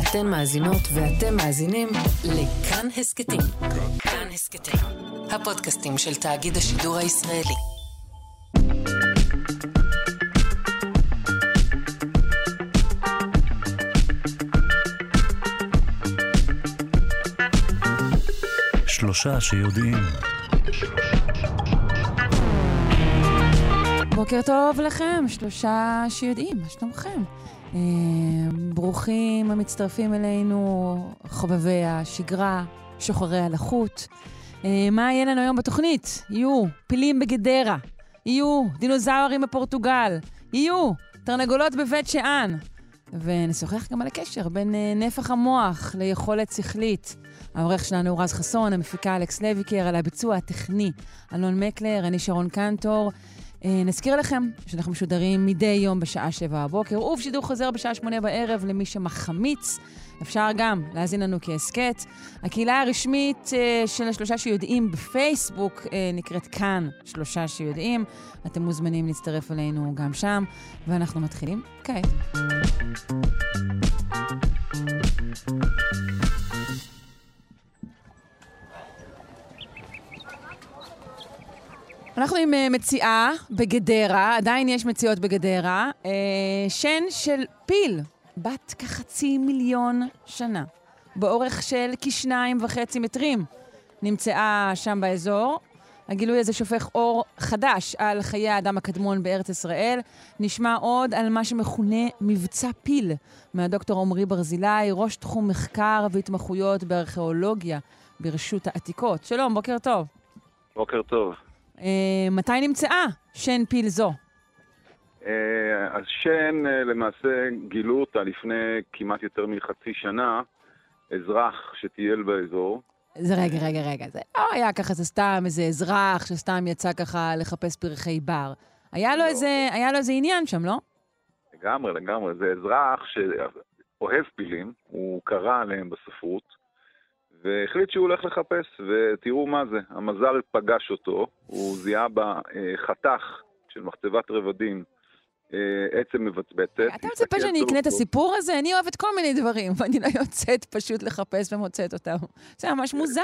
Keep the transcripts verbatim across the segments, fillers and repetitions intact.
אתן מאזינות ואתם מאזינים לכאן הסקטים. כאן הסקטים, הפודקאסטים של תאגיד השידור הישראלי. שלושה שיודעים. בוקר טוב לכם, שלושה שיודעים, מה שלומכם? ברוכים המצטרפים אלינו, חובבי השגרה, שוחרי הלחות. מה יהיה לנו היום בתוכנית? יהיו פילים בגדרה, יהיו דינוזאורים בפורטוגל, יהיו תרנגולות בבית שאן. ונשוחח גם על הקשר בין נפח המוח ליכולת שכלית. העורך שלנו הוא רז חסון, המפיקה אלכס לויקר, על הביצוע הטכני אלון מקלר, אני שרון קנטור. נזכיר לכם שאנחנו משודרים מדי יום בשעה שבע הבוקר, ובשידור חוזר בשעה שמונה בערב למי שמחמיץ. אפשר גם להזין לנו כעסקט. הקהילה הרשמית של השלושה שיודעים בפייסבוק נקראת כאן שלושה שיודעים. אתם מוזמנים להצטרף אלינו גם שם, ואנחנו מתחילים כעת. אנחנו עם מציאה בגדרה, עדיין יש מציאות בגדרה, שן של פיל, בת כחצי מיליון שנה, באורך של כשניים וחצי מטרים, נמצאה שם באזור. הגילוי הזה שופך אור חדש על חיי האדם הקדמון בארץ ישראל. נשמע עוד על מה שמכונה מבצע פיל, מהדוקטור עומרי ברזילי, ראש תחום מחקר והתמחויות בארכיאולוגיה ברשות העתיקות. שלום, בוקר טוב. בוקר טוב. Uh, מתי נמצאה שן פיל זו? Uh, אז שן uh, למעשה גילו אותה לפני כמעט יותר מחצי שנה, אזרח שטייל באזור. זה רגע, רגע, רגע. זה לא היה ככה, זה סתם איזה אזרח שסתם יצא ככה לחפש פרחי בר. היה לו, לא. איזה, היה לו איזה עניין שם, לא? לגמרי, לגמרי. זה אזרח שאוהב פילים, הוא קרא עליהם בספרות, והחליט שהוא הולך לחפש, ותראו מה זה, המזל פגש אותו, הוא זיהה בחתך של מחצבת רבדים, עצם מבצבצת. אתה מצפה שאני אקנה את הסיפור הזה? אני אוהבת כל מיני דברים, ואני לא יוצאת פשוט לחפש ומוצאת אותם. זה ממש מוזר.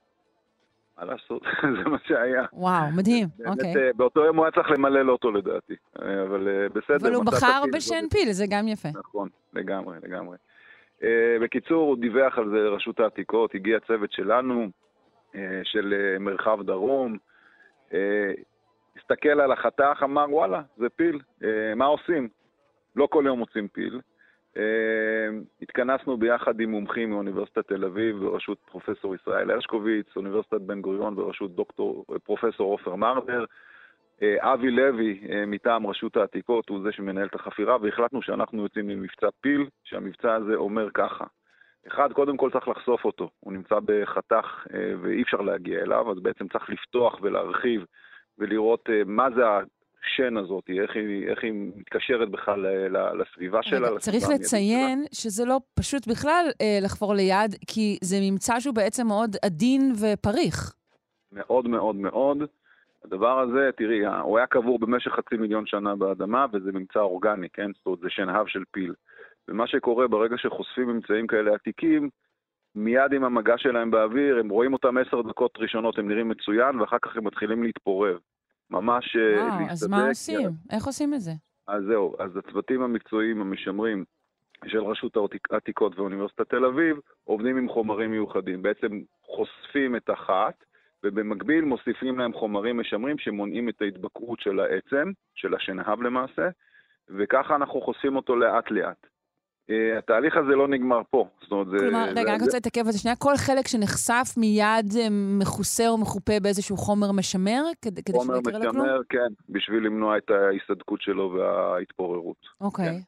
מה לעשות? זה מה שהיה. וואו, מדהים, אוקיי. באותו יום הוא היה צריך למלא לו אותו לדעתי, אבל בסדר. אבל הוא בחר בשן פיל, זה גם יפה. נכון, לגמרי, לגמרי. Uh, בקיצור, הוא דיווח על זה לרשות העתיקות, הגיע צוות שלנו, uh, של uh, מרחב דרום, uh, הסתכל על החתך, אמר, וואלה, זה פיל, uh, מה עושים? לא כל יום מוצאים פיל. Uh, התכנסנו ביחד עם מומחים מאוניברסיטת תל אביב, בראשות פרופסור ישראל הרשקוביץ, אוניברסיטת בן גוריון, בראשות דוקטור, פרופסור עופר מרדר, אבי לוי מטעם רשות העתיקות הוא זה שמנהל את החפירה, והחלטנו שאנחנו יוצאים למבצע פיל, שהמבצע הזה אומר ככה. אחד, קודם כל צריך לחשוף אותו. הוא נמצא בחתך ואי אפשר להגיע אליו, אז בעצם צריך לפתוח ולהרחיב ולראות מה זה השן הזאת, איך היא, איך היא מתקשרת בכלל לסביבה שלה. צריך לציין שזה לא פשוט בכלל לחפור ליד, כי זה ממצא שהוא בעצם מאוד עדין ופריך. מאוד מאוד מאוד. הדבר הזה, תראי, הוא היה קבור במשך חצי מיליון שנה באדמה, וזה ממצא אורגני, כן? זאת אומרת, זה שנהב של פיל. ומה שקורה ברגע שחושפים ממצאים כאלה עתיקים, מיד עם המגע שלהם באוויר, הם רואים אותם עשר דקות ראשונות, הם נראים מצוין, ואחר כך הם מתחילים להתפורר. ממש וואו, להסתדק. אז מה עושים? איך עושים את זה? אז זהו, אז הצוותים המקצועיים המשמרים של רשות העתיקות ואוניברסיטת תל אביב, עובדים עם חומרים מיוחדים. בעצם חושפים את אחת, ובמקביל מוסיפים להם חומרים משמרים שמונעים את ההתבקעות של העצם, של השנהב למעשה, וככה אנחנו חושפים אותו לאט לאט. התהליך הזה לא נגמר פה. כלומר, רגע, אני רוצה להתעכב על זה שנייה, כל חלק שנחשף מיד מכוסה או מחופה באיזשהו חומר משמר, כדי שלא יקרה לו כלום? חומר משמר, כן, בשביל למנוע את ההסתדקות שלו וההתפוררות. אוקיי.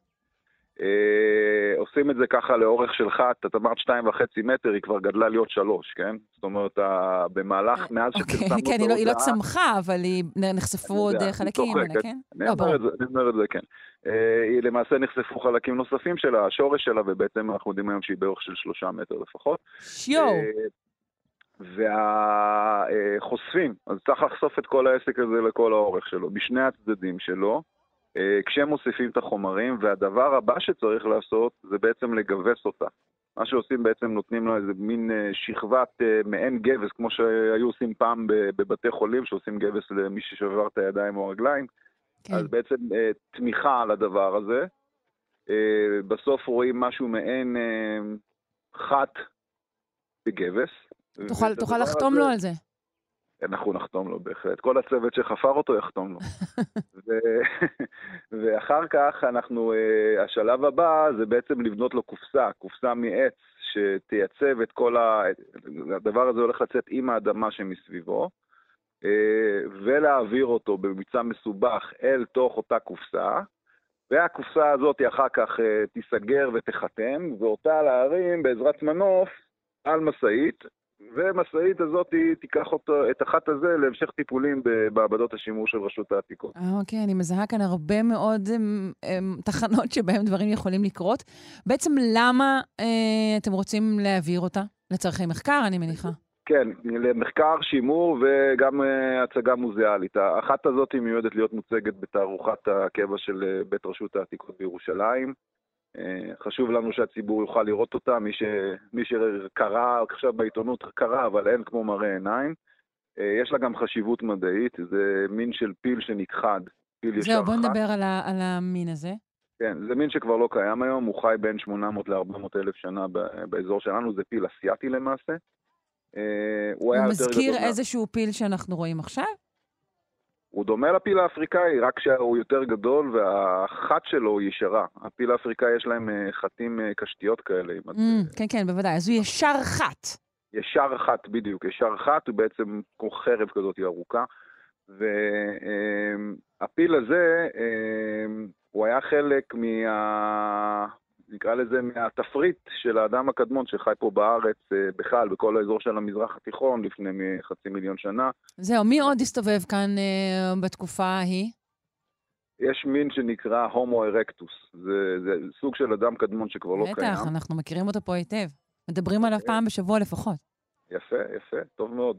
עושים את זה ככה לאורך של חת, את אמרת שתיים וחצי מטר, היא כבר גדלה להיות שלוש, כן? זאת אומרת, במהלך, מאז שפרסמנו את כן, היא לא צמחה, אבל היא נחשפו עוד חלקים, כן? אני אומר את זה, כן. היא למעשה נחשפו חלקים נוספים שלה, השורש שלה, ובעצם אנחנו יודעים היום שהיא באורך של שלושה מטר לפחות. שיו! והחושפים, אז צריך לחשוף את כל העסק הזה לכל האורך שלו, בשני הצדדים שלו, כשהם מוסיפים את החומרים, והדבר הבא שצריך לעשות זה בעצם לגבס אותה. מה שעושים בעצם נותנים לו איזה מין שכבת מעין גבס, כמו שהיו עושים פעם בבתי חולים, שעושים גבס למי ששבר את הידיים או הרגליים. כן. אז בעצם תמיכה על הדבר הזה. בסוף רואים משהו מעין חת בגבס. תוכל, תוכל לחתום לו על זה. אנחנו נחתום לו בהחלט. כל הצוות שחפר אותו יחתום לו. ו... ואחר כך אנחנו, השלב הבא זה בעצם לבנות לו קופסה, קופסה מעץ שתייצב את כל ה... הדבר הזה הולך לצאת עם האדמה שמסביבו, ולהעביר אותו במיצה מסובך אל תוך אותה קופסה, והקופסה הזאת אחר כך תיסגר ותחתם, ואותה להרים בעזרת מנוף על מסעית, ומסעית הזאת תיקח אותו, את החת הזה להמשך טיפולים במעבדות השימור של רשות העתיקות. אוקיי, אני מזהה כאן הרבה מאוד הם, הם, תחנות שבהם דברים יכולים לקרות. בעצם למה אה, אתם רוצים להעביר אותה? לצרכי מחקר, אני מניחה. כן, למחקר, שימור וגם uh, הצגה מוזיאלית. האחת הזאת היא מיועדת להיות מוצגת בתערוכת הקבע של בית רשות העתיקות בירושלים. Uh, חשוב לנו שהציבור יוכל לראות אותה, מי, ש... מי שקרא עכשיו בעיתונות קרא, אבל אין כמו מראה עיניים. Uh, יש לה גם חשיבות מדעית, זה מין של פיל שנכחד, פיל ישר חד. זהו, בוא נדבר על, ה... על המין הזה. כן, זה מין שכבר לא קיים היום, הוא חי בין שמונה מאות לארבע מאות אלף שנה באזור שלנו, זה פיל אסיאטי למעשה. הוא, הוא מזכיר איזשהו פיל שאנחנו רואים עכשיו? הוא דומה לפיל האפריקאי, רק שהוא יותר גדול והחת שלו הוא ישרה. הפיל האפריקאי יש להם חתים קשתיות כאלה. Mm, כן, כן, בוודאי. אז הוא ישר חת. ישר חת, בדיוק. ישר חת הוא בעצם כמו חרב כזאת ארוכה. והפיל הזה, הוא היה חלק מה... נקרא לזה מהתפריט של האדם הקדמון שחי פה בארץ, בכלל, בכל האזור של המזרח התיכון, לפני חצי מיליון שנה. זהו, מי עוד הסתובב כאן uh, בתקופה ההיא? יש מין שנקרא הומו ארקטוס. זה, זה סוג של אדם קדמון שכבר לא קיים. בטח, אנחנו מכירים אותו פה היטב. מדברים עליו פעם בשבוע לפחות. יפה, יפה, טוב מאוד.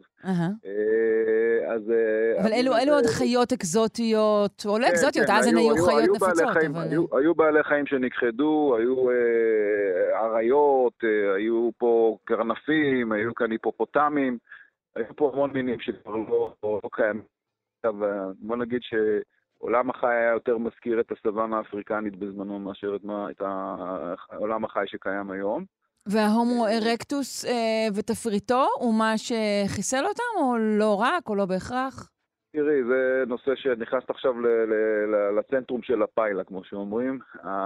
אז... אבל אלו עוד חיות אקזוטיות, או לא אקזוטיות, אז הן היו חיות נפוצות. היו בעלי חיים שנכחדו, היו אריות, היו פה קרנפים, היו כאן היפופוטמים, היו פה המון מינים שכבר לא קיימים. בוא נגיד שעולם החי היה יותר מזכיר את הסוואנה האפריקנית בזמנו מאשר את העולם החי שקיים היום. וההומו ארקטוס אה, ותפריטו הוא מה שחיסל אותם, או לא רק, או לא בהכרח? תראי, זה נושא שנכנסת עכשיו ל- ל- ל- לצנטרום של הפיילה, כמו שאומרים.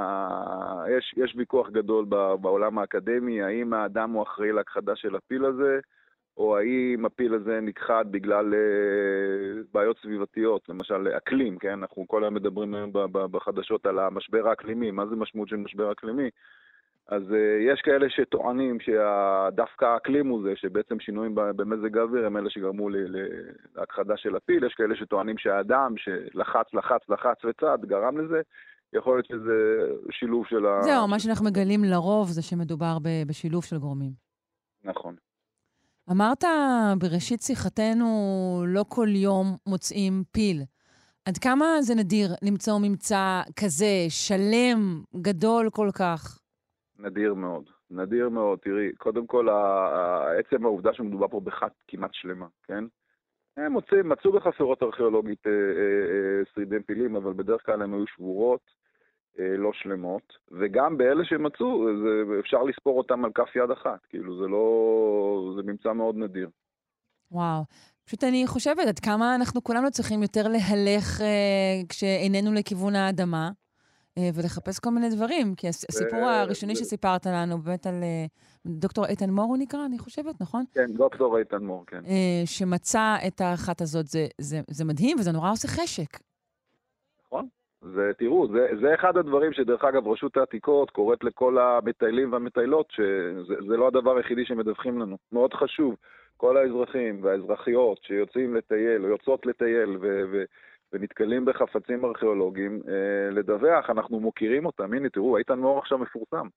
אה, יש, יש ויכוח גדול ב- בעולם האקדמי, האם האדם הוא אחראי להכחדה של הפיל הזה, או האם הפיל הזה נכחד בגלל אה, בעיות סביבתיות, למשל אקלים, כן? אנחנו כל היום מדברים היום בחדשות על המשבר האקלימי, מה זה משמעות של משבר אקלימי? אז uh, יש כאלה שטוענים שדווקא האקלים הוא זה, שבעצם שינויים במזג האוויר הם אלה שגרמו להכחדה של הפיל, יש כאלה שטוענים שהאדם שלחץ, לחץ, לחץ וצד גרם לזה, יכול להיות שזה שילוב של ה... זהו, מה שאנחנו מגלים לרוב זה שמדובר ב- בשילוב של גורמים. נכון. אמרת בראשית שיחתנו, לא כל יום מוצאים פיל. עד כמה זה נדיר למצוא ממצא כזה, שלם, גדול כל כך? נדיר מאוד, נדיר מאוד. תראי, קודם כל, העצם העובדה שמדובר פה בחת כמעט שלמה, כן? הם מוצאים, מצאו בחפירות ארכיאולוגית אה, אה, שרידי פילים, אבל בדרך כלל הם היו שבורות, אה, לא שלמות, וגם באלה שמצאו, זה, אפשר לספור אותם על כף יד אחת, כאילו זה לא, זה ממצא מאוד נדיר. וואו. פשוט אני חושבת, עד כמה אנחנו כולנו צריכים יותר להלך אה, כשאיננו לכיוון האדמה, ולחפש כל מיני דברים, כי הסיפור הראשוני שסיפרת לנו, באמת על דוקטור איתן מור הוא נקרא, אני חושבת, נכון? כן, דוקטור איתן מור, כן. שמצא את האחת הזאת, זה, זה, זה מדהים, וזה נורא עושה חשק. נכון. זה, תראו, זה, זה אחד הדברים שדרך אגב רשות העתיקות קוראת לכל המטיילים והמטיילות, שזה זה לא הדבר היחידי שמדווחים לנו. מאוד חשוב, כל האזרחים והאזרחיות שיוצאים לטייל, או יוצאות לטייל, ו... ו ונתקלים בחפצים ארכיאולוגיים, אה, לדווח, אנחנו מוכירים אותם. הנה, תראו, איתן מור עכשיו מפורסם.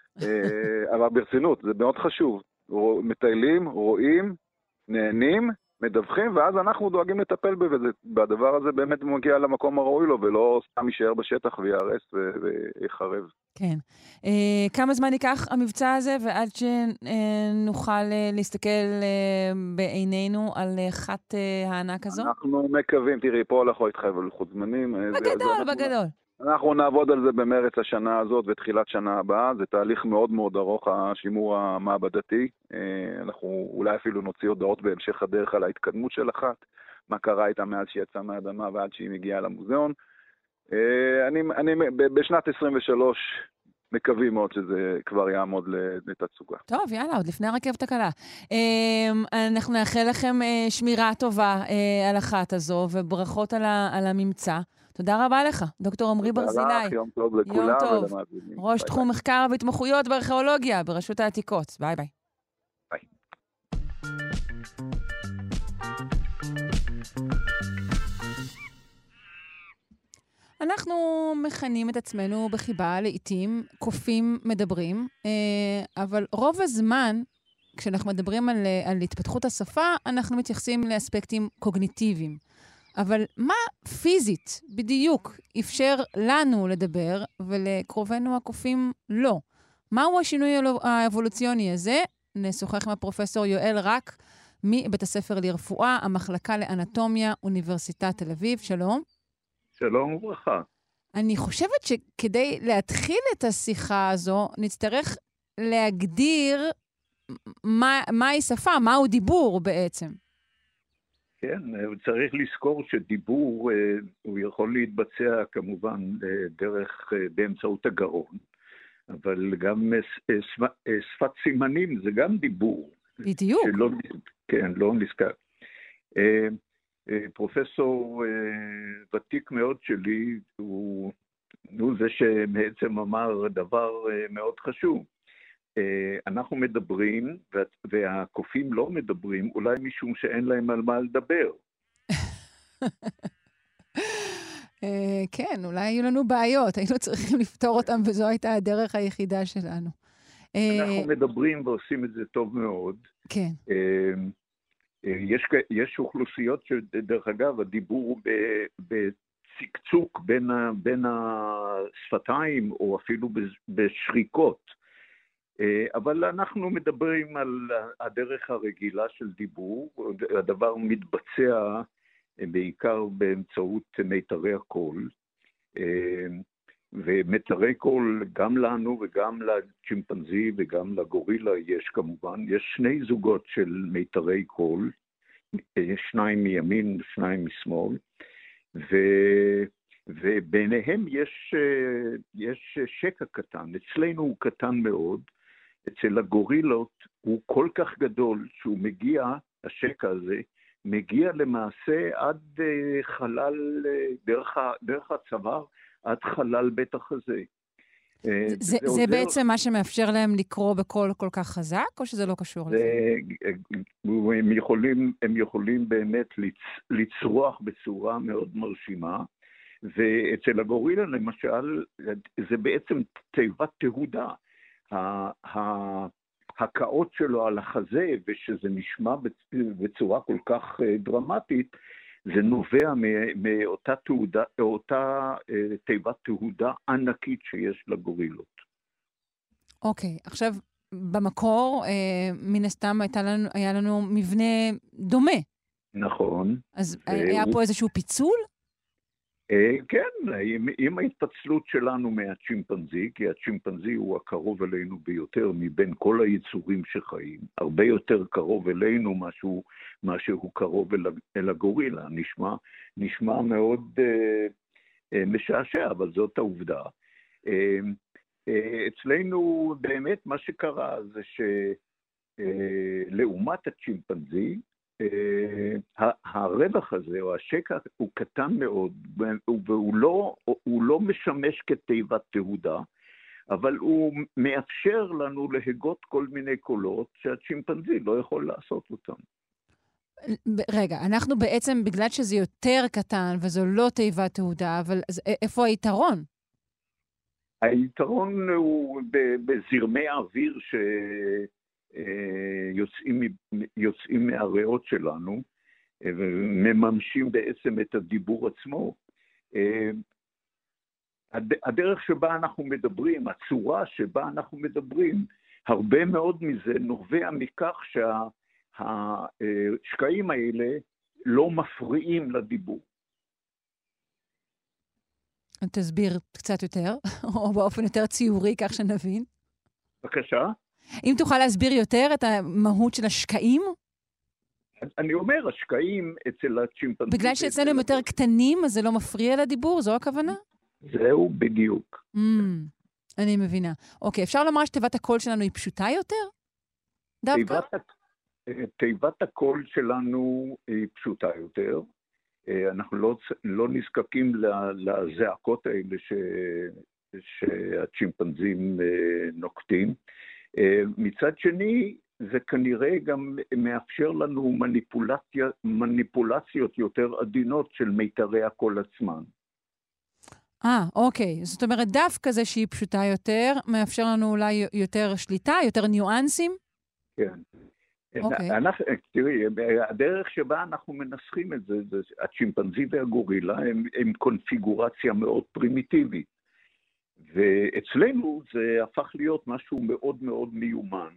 אה, אבל ברצינות, זה מאוד חשוב. מטיילים, רואים, נהנים, מדווחים, ואז אנחנו דואגים לטפל בדבר הזה, באמת מגיע למקום הראוי לו, ולא סתם יישאר בשטח ויערס ויחרב. כן. Uh, כמה זמן ייקח המבצע הזה, ועד שנוכל uh, להסתכל uh, בעינינו על uh, חת uh, הענק הזו? אנחנו מקווים, תראי, פה לא יכול להתחייב על לוחות זמנים. בגדול, זה, בגדול. אנחנו נעבוד על זה במרץ השנה הזאת ותחילת שנה הבאה, זה תהליך מאוד מאוד ארוך, השימור המעבדתי. אנחנו אולי אפילו נוציא הודעות בהמשך הדרך על ההתקדמות של אחת, מה קרה איתה מאז שהיא יצאה מהאדמה ועד שהיא מגיעה למוזיאון. אני, אני בשנת עשרים ושלוש מקווים מאוד שזה כבר יעמוד לתצוגה. טוב, יאללה, עוד לפני הרכבת הקלה. אנחנו נאחל לכם שמירה טובה על אחת הזו, וברכות על הממצא. תודה רבה לך, דוקטור עמרי ברזילי. תודה לך, יום טוב לכולם ולמאזינים. ראש תחום מחקר והתמחויות בארכיאולוגיה ברשות העתיקות. ביי ביי. ביי. אנחנו מכנים את עצמנו בחיבה לעתים קופים מדברים, אבל רוב הזמן, כשאנחנו מדברים על, על התפתחות השפה, אנחנו מתייחסים לאספקטים קוגניטיביים. אבל מה פיזית בדיוק אפשר לנו לדבר ולקרובנו הקופים לא? מהו השינוי האבולוציוני הזה? נשוחח עם הפרופסור יואל רק מבית הספר לרפואה, המחלקה לאנטומיה, אוניברסיטת תל אביב. שלום. שלום וברכה. אני חושבת שכדי להתחיל את השיחה הזו, נצטרך להגדיר מה, מהי שפה, מהו דיבור בעצם. כן, צריך לזכור שדיבור הוא יכול להתבצע כמובן דרך, באמצעות הגרון, אבל גם שפת סימנים זה גם דיבור. בדיוק. שלא, כן, לא נזכר. פרופסור ותיק מאוד שלי, הוא, הוא זה שבעצם אמר דבר מאוד חשוב. אנחנו מדברים, והקופים לא מדברים, אולי משום שאין להם על מה לדבר. כן, אולי היו לנו בעיות, היינו צריכים לפתור אותם, וזו הייתה הדרך היחידה שלנו. אנחנו מדברים ועושים את זה טוב מאוד. כן. יש, יש אוכלוסיות שדרך אגב, הדיבור הוא בצקצוק בין, ה, בין השפתיים, או אפילו בשריקות. אבל אנחנו מדברים על הדרך הרגילה של דיבור, הדבר מתבצע בעיקר באמצעות מיתרי הקול, ומיתרי קול גם לנו וגם לצ'ימפנזי וגם לגורילה יש כמובן, יש שני זוגות של מיתרי קול, שניים מימין ושניים משמאל, ו... וביניהם יש, יש שקע קטן, אצלנו הוא קטן מאוד, אצל הגורילות הוא כל כך גדול שהוא מגיע, השקע הזה, מגיע למעשה עד חלל, דרך, דרך הצוואר, עד חלל בית החזה. זה, זה, זה בעצם מה שמאפשר להם לקרוא בקול כל כך חזק, או שזה לא קשור לזה? הם יכולים, הם יכולים באמת לצ, לצרוח בצורה מאוד מרשימה, ואצל הגורילה למשל, זה בעצם תיבת תהודה. ההקאות שלו על החזה, ושזה נשמע בצורה כל כך דרמטית, זה נובע מאותה תהודה, אותה תיבת תהודה ענקית שיש לגורילות. אוקיי, עכשיו במקור, מן הסתם היה לנו מבנה דומה. נכון. אז היה פה איזשהו פיצול? כן, עם, עם ההתפצלות שלנו מהצ'ימפנזי, כי הצ'ימפנזי הוא הקרוב אלינו ביותר מבין כל היצורים שחיים, הרבה יותר קרוב אלינו משהו, משהו קרוב אל, אל הגורילה, נשמע, נשמע מאוד אה, אה, משעשע, אבל זאת העובדה. אה, אה, אצלנו באמת מה שקרה זה שלעומת אה, הצ'ימפנזי, Uh, הרווח הזה, או השקע, הוא קטן מאוד, והוא לא, הוא לא משמש כתיבת תהודה, אבל הוא מאפשר לנו להגות כל מיני קולות שהצ'ימפנזי לא יכול לעשות אותם. רגע, אנחנו בעצם, בגלל שזה יותר קטן וזו לא תיבת תהודה, אבל איפה היתרון? היתרון הוא בזרמי האוויר ש... יוצאים, יוצאים מהריאות שלנו, ומממשים בעצם את הדיבור עצמו. הדרך שבה אנחנו מדברים, הצורה שבה אנחנו מדברים, הרבה מאוד מזה נובע מכך שהשקעים האלה לא מפריעים לדיבור. תסביר קצת יותר, או באופן יותר ציורי, כך שנבין. בבקשה. אם תוכל להסביר יותר את המהות של השקעים? אני אומר, השקעים אצל הצ'ימפנזים... בגלל שאצלנו הם יותר קטנים, אז זה לא מפריע לדיבור? זו הכוונה? זהו בדיוק. Mm, אני מבינה. אוקיי, אפשר לומר שתיבת הקול שלנו היא פשוטה יותר? דווקא? תיבת, תיבת הקול שלנו היא פשוטה יותר. אנחנו לא, לא נזקקים לזעקות האלה ש, שהצ'ימפנזים נוקטים. מצד שני, זה כנראה גם מאפשר לנו מניפולציה, מניפולציות יותר עדינות של מיתרי הקול עצמם. אה, אוקיי. זאת אומרת, דווקא זה שהיא פשוטה יותר, מאפשר לנו אולי יותר שליטה, יותר ניואנסים? כן. אוקיי. אנחנו, תראי, הדרך שבה אנחנו מנסחים את זה, זה הצ'ימפנזי והגורילה הם, הם קונפיגורציה מאוד פרימיטיבית. ואצלנו זה הפך להיות משהו מאוד מאוד מיומן.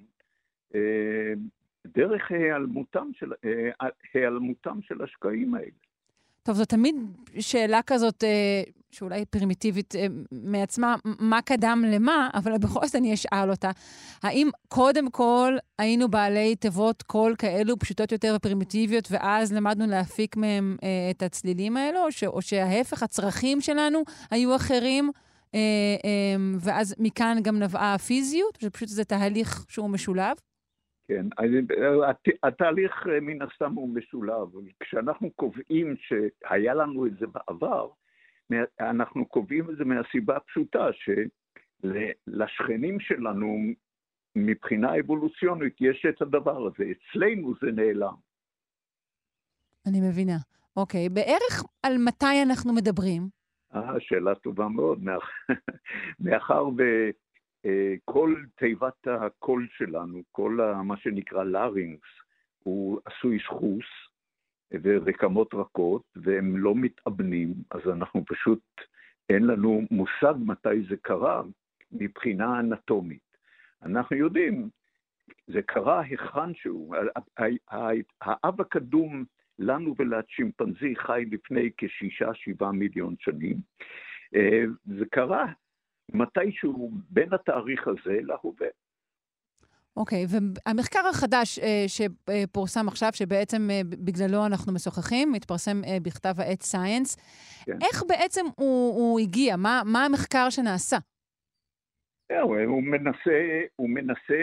דרך העלמותם של, העלמותם של השקעים האלה. טוב, זו תמיד שאלה כזאת, שאולי פרימיטיבית מעצמה, מה קדם למה, אבל בכל זאת אני אשאל אותה. האם קודם כל היינו בעלי תיבות קול כאלו פשוטות יותר ופרימיטיביות, ואז למדנו להפיק מהם את הצלילים האלו, או, ש, או שההפך, הצרכים שלנו היו אחרים, ואז מכאן גם נבעה הפיזיות, שפשוט זה תהליך שהוא משולב? כן, התהליך מן הסתם הוא משולב. כשאנחנו קובעים שהיה לנו את זה בעבר, אנחנו קובעים את זה מהסיבה הפשוטה, שלשכנים שלנו מבחינה אבולוציונית יש את הדבר הזה. אצלנו זה נעלם. אני מבינה. אוקיי, בערך על מתי אנחנו מדברים? אה, שאלה טובה מאוד. מאחר ו... כל תיבת הקול שלנו, כל מה שנקרא לארינקס, הוא עשוי סחוס ורקמות רכות, והם לא מתאבנים, אז אנחנו פשוט, אין לנו מושג מתי זה קרה מבחינה אנטומית. אנחנו יודעים, זה קרה היכן שהוא. האב הקדום לנו ולצ'ימפנזי חי לפני כשישה, שבעה מיליון שנים. זה קרה מתישהו בין התאריך הזה להווה. אוקיי, והמחקר החדש שפורסם עכשיו, שבעצם בגללו אנחנו משוחחים, מתפרסם בכתב העת סייאנס, כן. איך בעצם הוא, הוא הגיע? מה, מה המחקר שנעשה? הוא מנסה, הוא מנסה,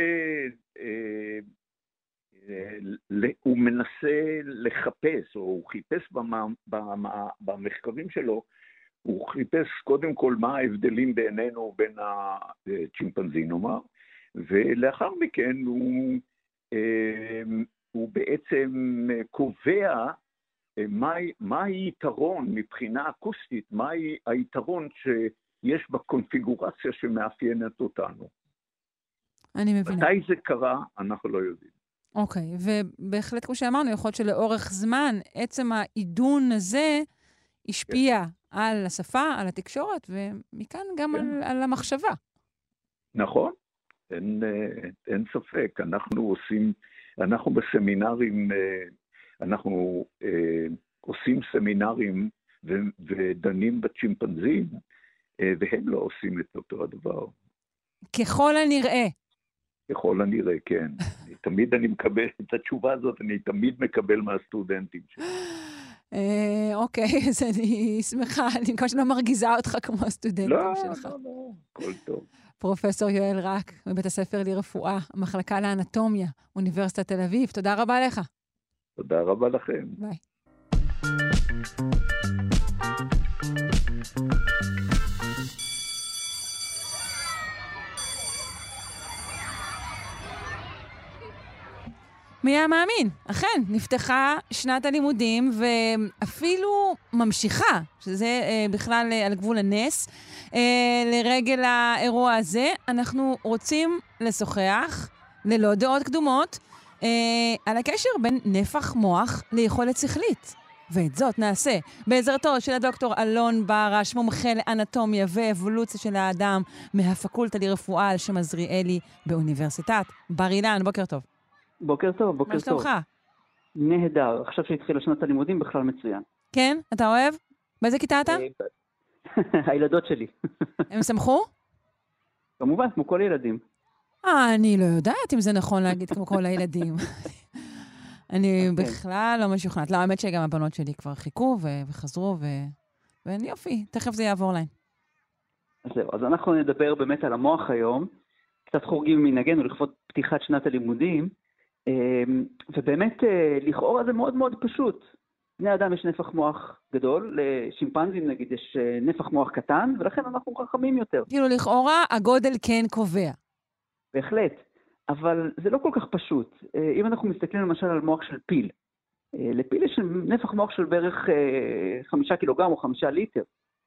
הוא מנסה לחפש, או הוא חיפש במחקרים שלו, הוא חיפש קודם כל מה ההבדלים בינינו בין הצ'ימפנזי נאמר, ולאחר מכן הוא, הוא בעצם קובע מה, מה היתרון מבחינה אקוסטית, מה היתרון שיש בקונפיגורציה שמאפיינת אותנו. אני מבינה. מתי זה קרה, אנחנו לא יודעים. אוקיי, ובהחלט כמו שאמרנו, יכול להיות שלאורך זמן, עצם העידון הזה השפיע כן. על השפה, על התקשורת, ומכאן גם כן. על, על המחשבה. נכון, אין, אין ספק. אנחנו עושים, אנחנו בסמינרים, אנחנו עושים סמינרים ו, ודנים בצ'ימפנזים, והם לא עושים את אותו הדבר. ככל הנראה. ככל הנראה, כן. תמיד אני מקבל את התשובה הזאת, אני תמיד מקבל מהסטודנטים שלי. אוקיי, אז אני שמחה, אני מקווה שלא מרגיזה אותך כמו הסטודנטים שלך. לא, לא, לא, הכל טוב. פרופסור יואל רק, מבית הספר לרפואה, המחלקה לאנטומיה, אוניברסיטת תל אביב. תודה רבה לך. תודה רבה לכם. ביי. מי היה מאמין? אכן, נפתחה שנת הלימודים ואפילו ממשיכה, שזה אה, בכלל אה, על גבול הנס. אה, לרגל האירוע הזה, אנחנו רוצים לשוחח ללא דעות קדומות אה, על הקשר בין נפח מוח ליכולת שכלית. ואת זאת נעשה בעזרתו של הדוקטור אלון ברש, מומחה לאנטומיה ואבולוציה של האדם מהפקולטה לרפואה על שם עזריאלי באוניברסיטת בר אילן. בוקר טוב. בוקר טוב, בוקר טוב. מה שלומך? נהדר. עכשיו שהתחילה שנת הלימודים בכלל מצוין. כן? אתה אוהב? באיזה כיתה אתה? הילדות שלי. הם שמחו? כמובן, כמו כל ילדים. אה, אני לא יודעת אם זה נכון להגיד כמו כל הילדים. אני בכלל לא משוכנעת. לא, האמת שגם הבנות שלי כבר חיכו וחזרו, ואני יופי, תכף זה יעבור להם. אז זהו, אז אנחנו נדבר באמת על המוח היום, קצת חורגים מנהגנו לכבוד פתיחת שנת הלימודים, ובאמת לכאורה זה מאוד מאוד פשוט. בני אדם יש נפח מוח גדול, לשימפנזים נגיד יש נפח מוח קטן, ולכן אנחנו חכמים יותר. כאילו לכאורה הגודל כן קובע. בהחלט. אבל זה לא כל כך פשוט. אם אנחנו מסתכלים למשל על מוח של פיל, לפיל יש נפח מוח של בערך חמישה קילוגרם או חמישה ליטר.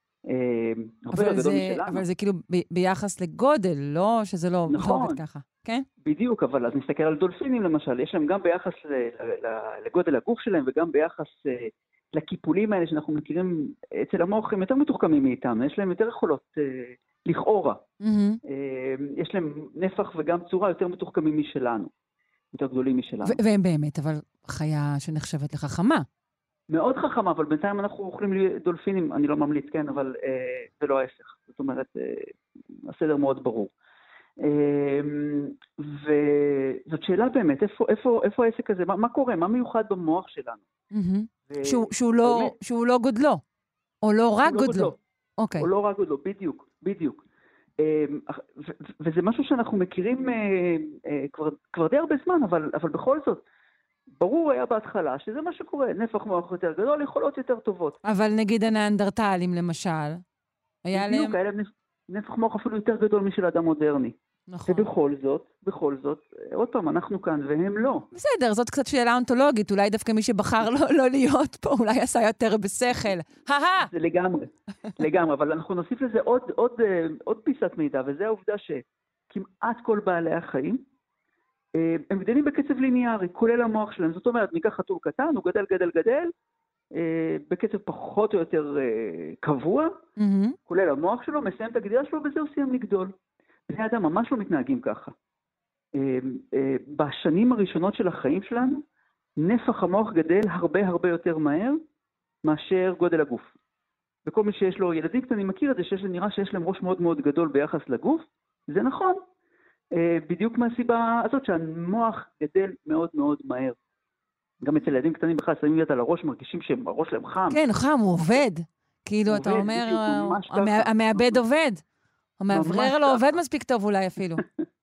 אבל זה, אבל זה כאילו ב- ביחס לגודל, לא שזה לא נכון. עובד ככה, כן? בדיוק, אבל אז נסתכל על דולפינים למשל, יש להם גם ביחס לגודל הגוף שלהם וגם ביחס לקיפולים האלה שאנחנו מכירים אצל המוח, הם יותר מתוחכמים מאיתם, יש להם יותר יכולות לכאורה. Mm-hmm. יש להם נפח וגם צורה יותר מתוחכמים משלנו, יותר גדולים משלנו. ו- והם באמת, אבל חיה שנחשבת לחכמה. מאוד חכמה, אבל בינתיים אנחנו אוכלים דולפינים, אני לא ממליץ, כן, אבל אה, זה לא ההפך. זאת אומרת, אה, הסדר מאוד ברור. אה, וזאת שאלה באמת, איפה, איפה, איפה העסק הזה? מה, מה קורה? מה מיוחד במוח שלנו? Mm-hmm. ו... שהוא, שהוא, לא, באמת, שהוא לא גודלו, או לא רק לא גודלו. גודלו. אוקיי. או לא רק גודלו, בדיוק, בדיוק. אה, ו- וזה משהו שאנחנו מכירים אה, אה, כבר, כבר די הרבה זמן, אבל, אבל בכל זאת, ברור היה בהתחלה שזה מה שקורה, נפח מוח יותר גדול, יכולות יותר טובות. אבל נגיד הנאנדרטלים למשל, היה להם... בדיוק, היה להם נפח מוח אפילו יותר גדול משל אדם מודרני. נכון. ובכל זאת, בכל זאת, עוד פעם, אנחנו כאן והם לא. בסדר, זאת קצת שאלה אונתולוגית, אולי דווקא מי שבחר לא, לא להיות פה, אולי עשה יותר בשכל. הא זה לגמרי, לגמרי, אבל אנחנו נוסיף לזה עוד, עוד, עוד פיסת מידע, וזה העובדה שכמעט כל בעלי החיים, הם גדלים בקצב ליניארי, כולל המוח שלהם. זאת אומרת, ניקח חתול קטן, הוא גדל, גדל, גדל, בקצב פחות או יותר קבוע, mm-hmm. כולל המוח שלו, מסיים את הגדילה שלו, וזה הוא סיים לגדול. בני אדם ממש לא מתנהגים ככה. בשנים הראשונות של החיים שלנו, נפח המוח גדל הרבה הרבה יותר מהר, מאשר גודל הגוף. וכל מי שיש לו ילדים קטנים מכיר את זה, שיש נראה שיש להם ראש מאוד מאוד גדול ביחס לגוף, זה נכון. בדיוק מהסיבה הזאת שהמוח גדל מאוד מאוד מהר. גם אצל ילדים קטנים בכלל שמים יד על הראש, מרגישים שהראש להם חם. כן, חם, הוא עובד. כאילו, אתה אומר, המעבד עובד. המאוורר לא עובד מספיק טוב אולי אפילו.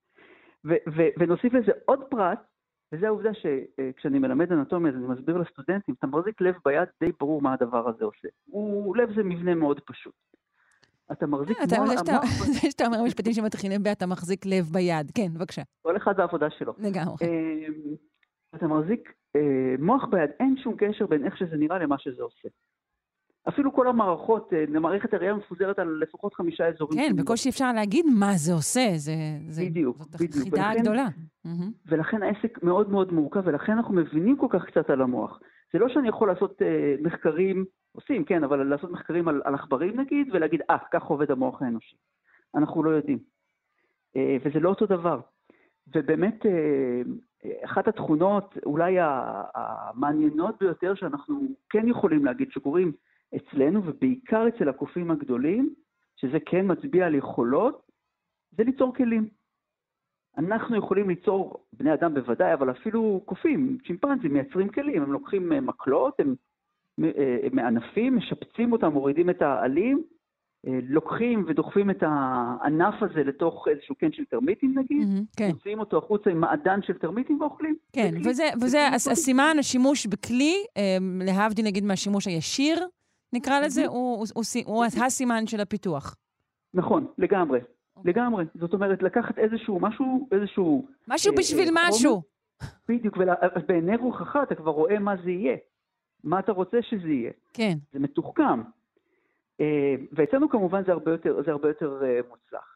ונוסיף לזה עוד פרט, וזה העובדה שכשאני מלמד אנטומיה, אז אני מסביר לסטודנטים, אתה מחזיק לב ביד, די ברור מה הדבר הזה עושה. לב זה מבנה מאוד פשוט. אתה מחזיק מוח... זה שאתה אומר משפטים שמתחילים ב, אתה מחזיק לב ביד. כן, בבקשה. כל אחד בעבודה שלו. לגמרי. אתה מחזיק מוח ביד, אין שום קשר בין איך שזה נראה למה שזה עושה. אפילו כל המערכות, מערכת הראייה מפוזרת על לפחות חמישה אזורים. כן, בקושי אפשר להגיד מה זה עושה. בדיוק, זאת חידה גדולה. ולכן העסק מאוד מאוד מורכב, ולכן אנחנו מבינים כל כך קצת על המוח. זה לא שאני יכול לעשות מחקרים, עושים, כן, אבל לעשות מחקרים על, על עכברים נגיד, ולהגיד, אה, כך עובד המוח האנושי. אנחנו לא יודעים. אה, וזה לא אותו דבר. ובאמת, אה, אחת התכונות, אולי המעניינות ביותר, שאנחנו כן יכולים להגיד שקורים אצלנו, ובעיקר אצל הקופים הגדולים, שזה כן מצביע על יכולות, זה ליצור כלים. אנחנו יכולים ליצור, בני אדם בוודאי, אבל אפילו קופים, צ'ימפנזים, מייצרים כלים. הם לוקחים מקלות, הם מענפים, משפצים אותם, מורידים את העלים, לוקחים ודוחפים את הענף הזה לתוך איזשהו קן של טרמיטים נגיד, מוציאים אותו החוצה עם מעדן של טרמיטים ואוכלים. כן, וזה הסימן, השימוש בכלי, להבדיל נגיד מהשימוש הישיר, נקרא לזה, הוא הסימן של הפיתוח. נכון, לגמרי. לגמרי. זאת אומרת, לקחת איזשהו משהו, איזשהו... משהו בשביל משהו. בדיוק, ובעיני רוחך אתה כבר רואה מה זה יהיה. מה אתה רוצה שזה יהיה. כן. זה מתוחכם. ואצלנו כמובן זה הרבה יותר, זה הרבה יותר מוצלח.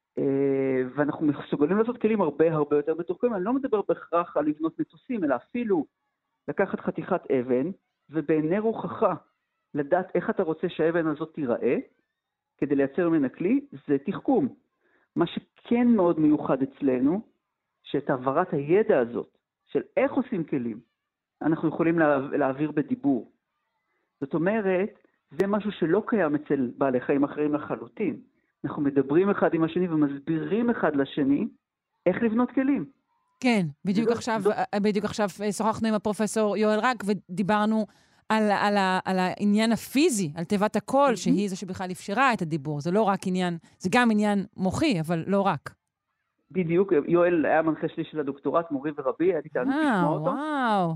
ואנחנו מסוגלים לעשות כלים הרבה הרבה יותר מתוחכמים. אני לא מדבר בהכרח על לבנות מטוסים, אלא אפילו לקחת חתיכת אבן, ובעיני רוחך לדעת איך אתה רוצה שהאבן הזאת תיראה, כדי לייצר ממנה כלי, זה תחכום. מה שכן מאוד מיוחד אצלנו, שאת העברת הידע הזאת, של איך עושים כלים, אנחנו יכולים להעביר בדיבור. זאת אומרת, זה משהו שלא קיים אצל בעלי חיים אחרים לחלוטין. אנחנו מדברים אחד עם השני ומסבירים אחד לשני איך לבנות כלים. כן, בדיוק עכשיו, בדיוק עכשיו שוחחנו עם הפרופסור יואל רק ודיברנו על, על, על העניין הפיזי, על תיבת הקול, שהיא זו שבכלל אפשרה את הדיבור. זה לא רק עניין, זה גם עניין מוחי, אבל לא רק. בדיוק, יואל היה מנחה שלי של הדוקטורט, מורי ורבי, היה איתנו לשמוע אותו. וואו.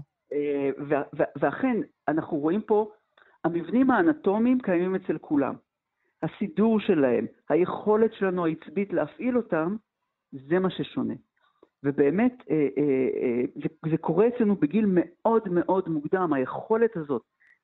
ואכן, אנחנו רואים פה, המבנים האנטומיים קיימים אצל כולם. הסידור שלהם, היכולת שלנו העצבית להפעיל אותם, זה מה ששונה. ובאמת, זה, זה קורה אצלנו בגיל מאוד מאוד מוקדם, היכולת הזאת,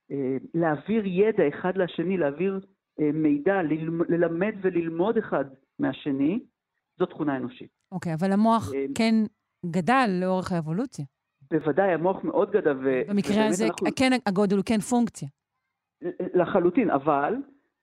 להעביר ידע אחד לשני, להעביר מידע, ללמד וללמוד אחד מהשני, זו תכונה אנושית. אוקיי, אבל המוח כן גדל לאורך האבולוציה. בוודאי, המוח מאוד גדל. במקרה הזה, כן, הגודל הוא כן פונקציה. לחלוטין, אבל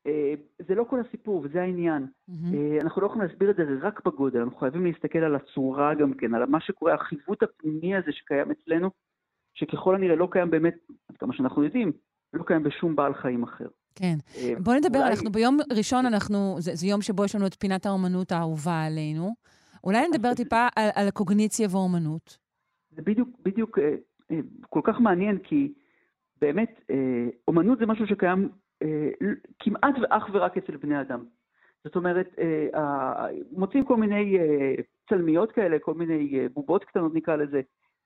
זה לא כל הסיפור, וזה העניין. אנחנו לא יכולים להסביר את זה רק בגודל, אנחנו חייבים להסתכל על הצורה גם כן, על מה שקורה, החיווט הפנימי הזה שקיים אצלנו, שככל הנראה לא קיים באמת, עד כמה שאנחנו יודעים, לא קיים בשום בעל חיים אחר. כן. בוא נדבר, אנחנו ביום ראשון, אנחנו, זה יום שבו יש לנו את פינת האומנות האהובה עלינו. אולי נדבר טיפה על הקוגניציה והאומנות. זה בדיוק, בדיוק כל כך מעניין, כי באמת, אומנות זה משהו שקיים כמעט ואך ורק אצל בני אדם. זאת אומרת, מוצאים כל מיני צלמיות כאלה, כל מיני בובות קטנות נקרא לזה,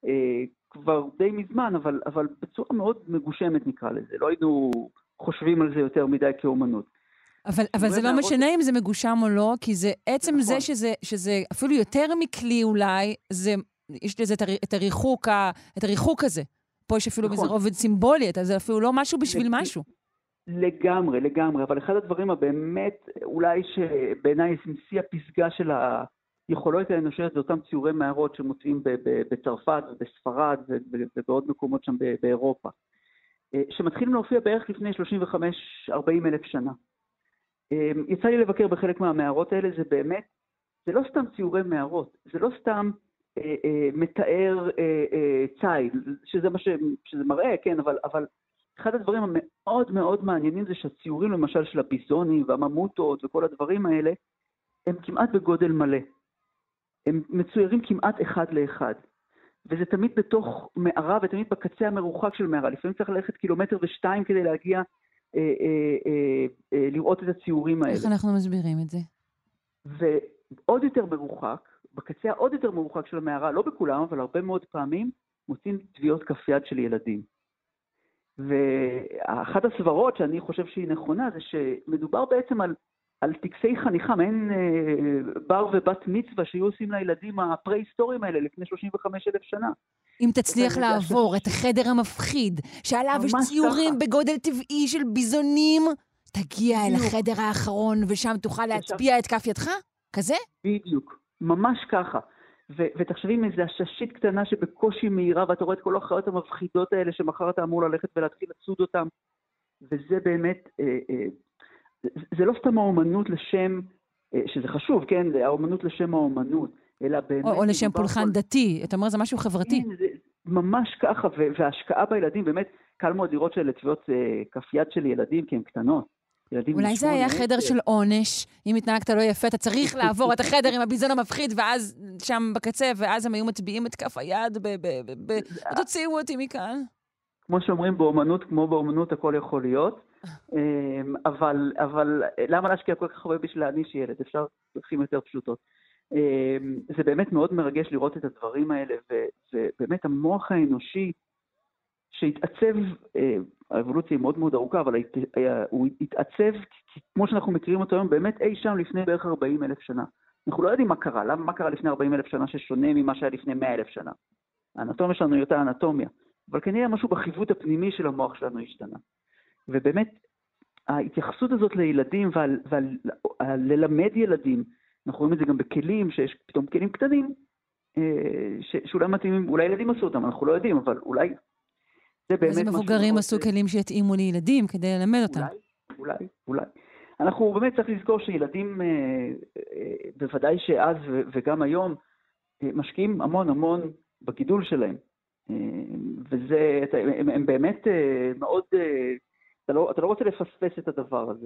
כבר די מזמן, אבל, אבל בצורה מאוד מגושמת נקרא לזה. לא היינו חושבים על זה יותר מדי כאומנות. אבל, אבל זה לא משנה אם זה מגושם או לא, כי זה עצם נכון. זה שזה, שזה אפילו יותר מכלי אולי, זה, יש לזה את הריחוק, את הריחוק הזה. פה יש אפילו נכון. מזה רובד סימבולי, זה אפילו לא משהו בשביל לג... משהו. לגמרי, לגמרי, אבל אחד הדברים הבאמת, אולי שבעיניי שיא הפסגה של היכולות האנושיות, זה אותם ציורי מערות שמוצאים בצרפת ובספרד ובעוד מקומות שם באירופה, שמתחילים להופיע בערך לפני שלושים וחמש ארבעים אלף שנה. יצא לי לבקר בחלק מהמערות האלה, זה באמת, זה לא סתם ציורי מערות, זה לא סתם אה, אה, מתאר אה, אה, צייד, שזה מה ש, שזה מראה, כן, אבל, אבל אחד הדברים המאוד מאוד מעניינים זה שהציורים למשל של הביזונים והממוטות וכל הדברים האלה, הם כמעט בגודל מלא. הם מצוירים כמעט אחד לאחד. וזה תמיד בתוך מערה ותמיד בקצה המרוחק של מערה. לפעמים צריך ללכת קילומטר ושתיים כדי להגיע, אה, אה, אה, אה, לראות את הציורים האלה. איך אנחנו מסבירים את זה? ועוד יותר מרוחק, בקצה העוד יותר מרוחק של המערה, לא בכולם, אבל הרבה מאוד פעמים, מוצאים טביעות כף יד של ילדים. ואחת הסברות שאני חושב שהיא נכונה, זה שמדובר בעצם על, על טקסי חניכה, מעין אה, בר ובת מצווה שהיו עושים לילדים הפרה-היסטוריים האלה לפני שלושים וחמישה אלף שנה. אם תצליח לעבור את החדר המפחיד, שעליו יש ציורים ככה. בגודל טבעי של ביזונים, תגיע בדיוק. אל החדר האחרון ושם תוכל להצביע את כף ידך? כזה? בדיוק, ממש ככה. ו- ותחשבי עם איזו הששית קטנה שבקושי מהירה, ואתה רואה את כל החיות המפחידות האלה שמחר אתה אמור ללכת ולהתחיל לצוד אותם. וזה באמת, אה, אה, זה לא סתם האומנות לשם, אה, שזה חשוב, כן? האומנות לשם האומנות, אלא באמת... או, או לשם פולחן כל... דתי, אתה אומר, זה משהו חברתי. כן, זה ממש ככה, וההשקעה בילדים, באמת, קל מאוד לראות שאלה טביעות אה, כף יד של ילדים, כי הם קטנות. אולי זה היה חדר של עונש, אם התנהגת לא יפה, אתה צריך לעבור את החדר עם הביזון המפחיד, ואז שם בקצה, ואז הם היו מצביעים את כף היד, ותוציאו אותי מכאן. כמו שאומרים באומנות, כמו באומנות הכל יכול להיות, אבל, אבל למה להשקיע כל כך הרבה בשביל להעניש ילד? אפשר דרכים יותר פשוטות. זה באמת מאוד מרגש לראות את הדברים האלה, ובאמת המוח האנושי שהתעצב, האבולוציה היא מאוד מאוד ארוכה, אבל הוא התעצב, כמו שאנחנו מכירים אותו היום, באמת אי שם לפני בערך ארבעים אלף שנה. אנחנו לא יודעים מה קרה, למה מה קרה לפני ארבעים אלף שנה ששונה ממה שהיה לפני מאה אלף שנה. האנטומיה שלנו היא אותה אנטומיה, אבל כנראה משהו בחיווט הפנימי של המוח שלנו השתנה. ובאמת, ההתייחסות הזאת לילדים ועל, ועל, ועל ללמד ילדים אנחנו רואים את זה גם בכלים, שיש פתאום כלים קטנים, ש, שאולי מתאימים, אולי ילדים עשו אותם, אנחנו לא יודעים, אבל אולי זה באמת משהו... אז מבוגרים עשו כלים שיתאימו לילדים כדי ללמד אותם. אולי, אולי, אולי. אנחנו באמת צריך לזכור שילדים, בוודאי שאז וגם היום, משקיעים המון המון בגידול שלהם. וזה, הם, הם באמת מאוד, אתה לא, אתה לא רוצה לפספס את הדבר הזה.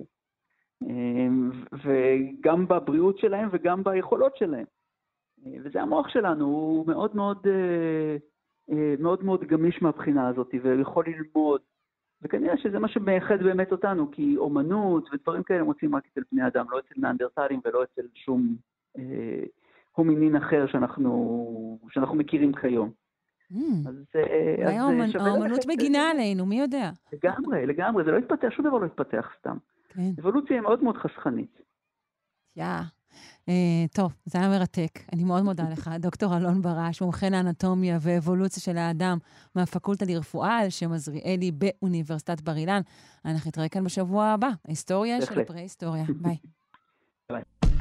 וגם בבריאות שלהם וגם ביכולות שלהם. וזה המוח שלנו, הוא מאוד מאוד, מאוד מאוד גמיש מהבחינה הזאת, ויכול ללמוד. וכנראה שזה מה שמייחד באמת אותנו, כי אומנות ודברים כאלה מוצאים רק אצל בני אדם, לא אצל נאנדרטלים ולא אצל שום אה, הומינין אחר שאנחנו, שאנחנו מכירים כיום. Mm. אז, אז האומנות מגינה עלינו, מי יודע? לגמרי, לגמרי, זה לא התפתח, שום דבר לא התפתח סתם. כן. אבולוציה היא מאוד מאוד חסכנית. יא. Uh, טוב, זה היה מרתק. אני מאוד מודה לך. דוקטור אלון ברש, מומחה לאנטומיה ואבולוציה של האדם מהפקולטה לרפואה על שם עזריאלי באוניברסיטת בר אילן. אנחנו נתראה כאן בשבוע הבא. ההיסטוריה של הפרה-היסטוריה. ביי. ביי.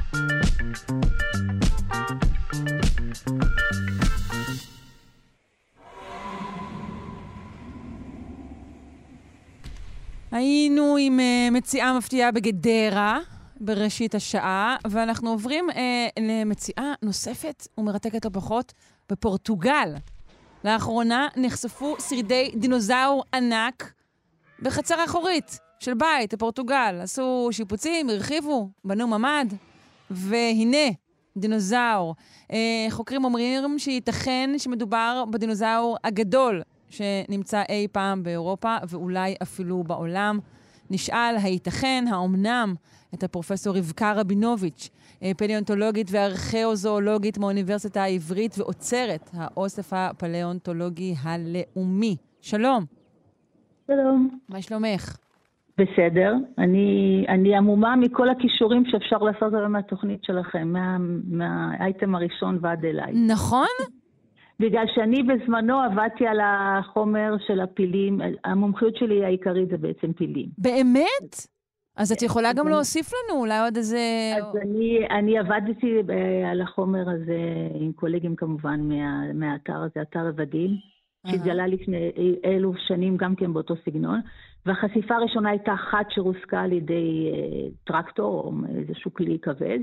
היינו עם uh, מציאה מפתיעה בגדרה, בראשית השעה, ואנחנו עוברים אה, למציאה נוספת ומרתקת לא פחות בפורטוגל. לאחרונה נחשפו שרידי דינוזאור ענק בחצר האחורית של בית בפורטוגל. עשו שיפוצים, הרחיבו, בנו ממ"ד, והנה דינוזאור. אה, חוקרים אומרים שייתכן שמדובר בדינוזאור הגדול שנמצא אי פעם באירופה ואולי אפילו בעולם. נשאל הייתכן, האומנם, את הפרופסור רבקה רבינוביץ', פליאונטולוגית וארכאוזואולוגית מהאוניברסיטה העברית ואוצרת האוסף הפליאונטולוגי הלאומי. שלום. שלום. מה שלומך? בסדר. אני, אני עמומה מכל הכישורים שאפשר לעשות עליהם מהתוכנית שלכם, מה, מהאייטם הראשון ועד אליי. נכון? בגלל שאני בזמנו עבדתי על החומר של הפילים, המומחיות שלי העיקרית זה בעצם פילים. באמת? אז את יכולה גם להוסיף לנו, אולי עוד איזה... אז אני, אני עבדתי על החומר הזה עם קולגים כמובן מה, מהאתר הזה, אתר עבדים, שהתגלה לפני אלו שנים גם כן באותו סגנון, והחשיפה הראשונה הייתה אחת שרוסקה על ידי טרקטור או איזשהו כלי כבד,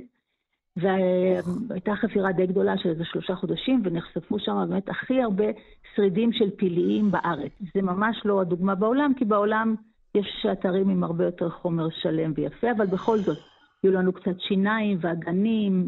והייתה חפירה די גדולה של איזה שלושה חודשים, ונחשפו שם באמת הכי הרבה שרידים של פיליים בארץ. זה ממש לא הדוגמה בעולם, כי בעולם יש אתרים עם הרבה יותר חומר שלם ויפה, אבל בכל זאת, יהיו לנו קצת שיניים ואגנים,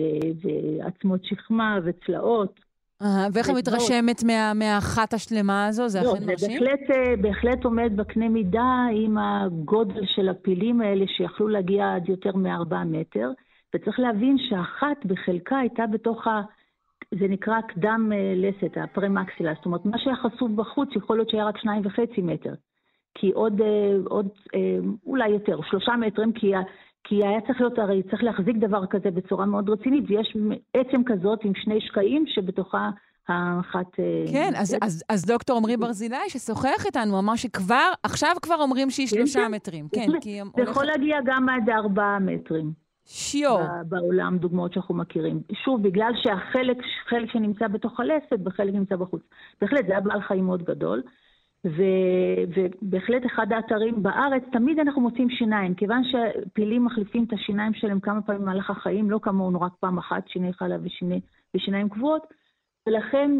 ועצמות שכמה וצלעות. ואיך מתרשמת מהאחת השלמה הזו? זה אכן מרשים? זה בהחלט עומד בקנה מידה עם הגודל של הפילים האלה, שיכלו להגיע עד יותר מארבעה מטר, וצריך להבין שאחת בחלקה הייתה בתוך ה... זה נקרא קדם לסת, הפרמקסילה. זאת אומרת, מה שהיה חשוף בחוץ יכול להיות שהיה רק שניים וחצי מטר. כי עוד, עוד אולי יותר, שלושה מטרים, כי, כי היה צריך להיות, הרי צריך להחזיק דבר כזה בצורה מאוד רצינית, ויש עצם כזאת עם שני שקעים שבתוכה האחת... כן, אז, אז, אז דוקטור עמרי ברזילי ששוחח איתנו, אמר שכבר, עכשיו כבר אומרים שהיא שלושה מטרים. כן, כי זה יכול להגיע גם עד ארבעה מטרים. שיו. בעולם, דוגמאות שאנחנו מכירים. שוב, בגלל שהחלק חלק שנמצא בתוך הלסת, בחלק נמצא בחוץ. בהחלט, זה היה בעל חיים מאוד גדול, ו, ובהחלט אחד האתרים בארץ, תמיד אנחנו מוצאים שיניים, כיוון שפילים מחליפים את השיניים שלהם כמה פעמים במהלך החיים, לא כמונו רק פעם אחת, שיני חלב ושיני, ושיניים קבועות, ולכן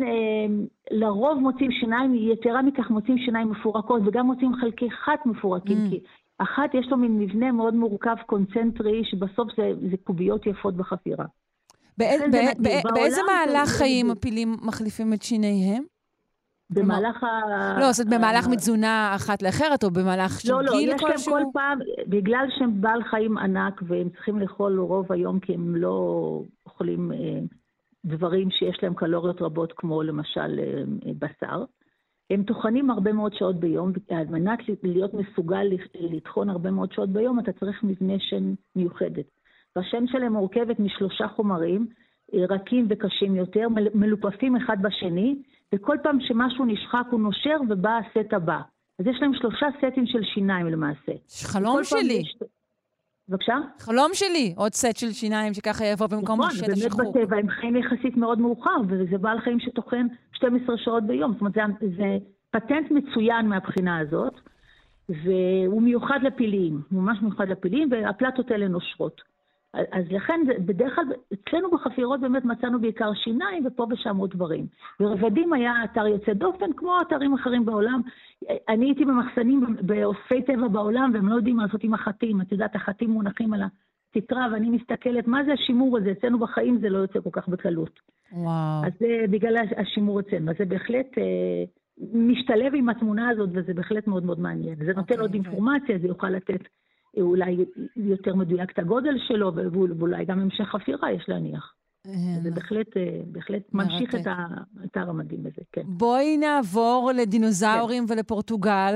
לרוב מוצאים שיניים, יתרה מכך מוצאים שיניים מפורקות, וגם מוצאים חלקי חת מפורקים, mm. כי אחת יש לו מין מבנה מאוד מורכב קונצנטרי, שבסוף זה, זה קוביות יפות בחפירה. באיזה, באיזה מהלך חיים הפילים מחליפים את שיניהם? במהלך ה... לא, זאת במהלך מתזונה אחת לאחרת, או במהלך של גיל כלשהו? לא, לא, יש להם כל פעם, בגלל שהם בעל חיים ענק, והם צריכים לאכול רוב היום, כי הם לא אוכלים דברים שיש להם קלוריות רבות, כמו למשל בשר, הם תוכנים הרבה מאוד שעות ביום, על מנת להיות מסוגל לטחון הרבה מאוד שעות ביום, אתה צריך מבנה שן מיוחדת. והשן שלהם מורכבת משלושה חומרים, רכים וקשים יותר, מלופפים אחד בשני, וכל פעם שמשהו נשחק הוא נושר ובא הסט הבא. אז יש להם שלושה סטים של שיניים למעשה. חלום שלי. יש... בבקשה? חלום שלי, עוד סט של שיניים שככה יבוא במקום נכון, שטח שחוק. באמת בטבע, הם חיים יחסית מאוד מאוחר, וזה בעל חיים שתוכן שתים עשרה שעות ביום. זאת אומרת, זה, זה פטנט מצוין מהבחינה הזאת, והוא מיוחד לפיליים, ממש מיוחד לפיליים, והפלטות האלה נושרות. אז לכן, בדרך כלל, אצלנו בחפירות באמת מצאנו בעיקר שיניים, ופה ושם עוד דברים. ורבדים היה אתר יוצא דופן, כמו אתרים אחרים בעולם. אני הייתי במחסנים באוספי טבע בעולם, והם לא יודעים מה לעשות עם החתים. את יודעת, החתים מונחים על התקרה, ואני מסתכלת, מה זה השימור הזה? אצלנו בחיים זה לא יוצא כל כך בקלות. וואו. אז זה בגלל השימור אצלנו. אז זה בהחלט אה, משתלב עם התמונה הזאת, וזה בהחלט מאוד מאוד מעניין. זה נותן okay, עוד okay. אינפורמציה, זה יוכל לתת אולי יותר מדויק את הגודל שלו, ואולי גם המשך חפירה יש להניח. זה בהחלט, בהחלט ממשיך את הרמדים בזה, כן. בואי נעבור לדינוזאורים ולפורטוגל.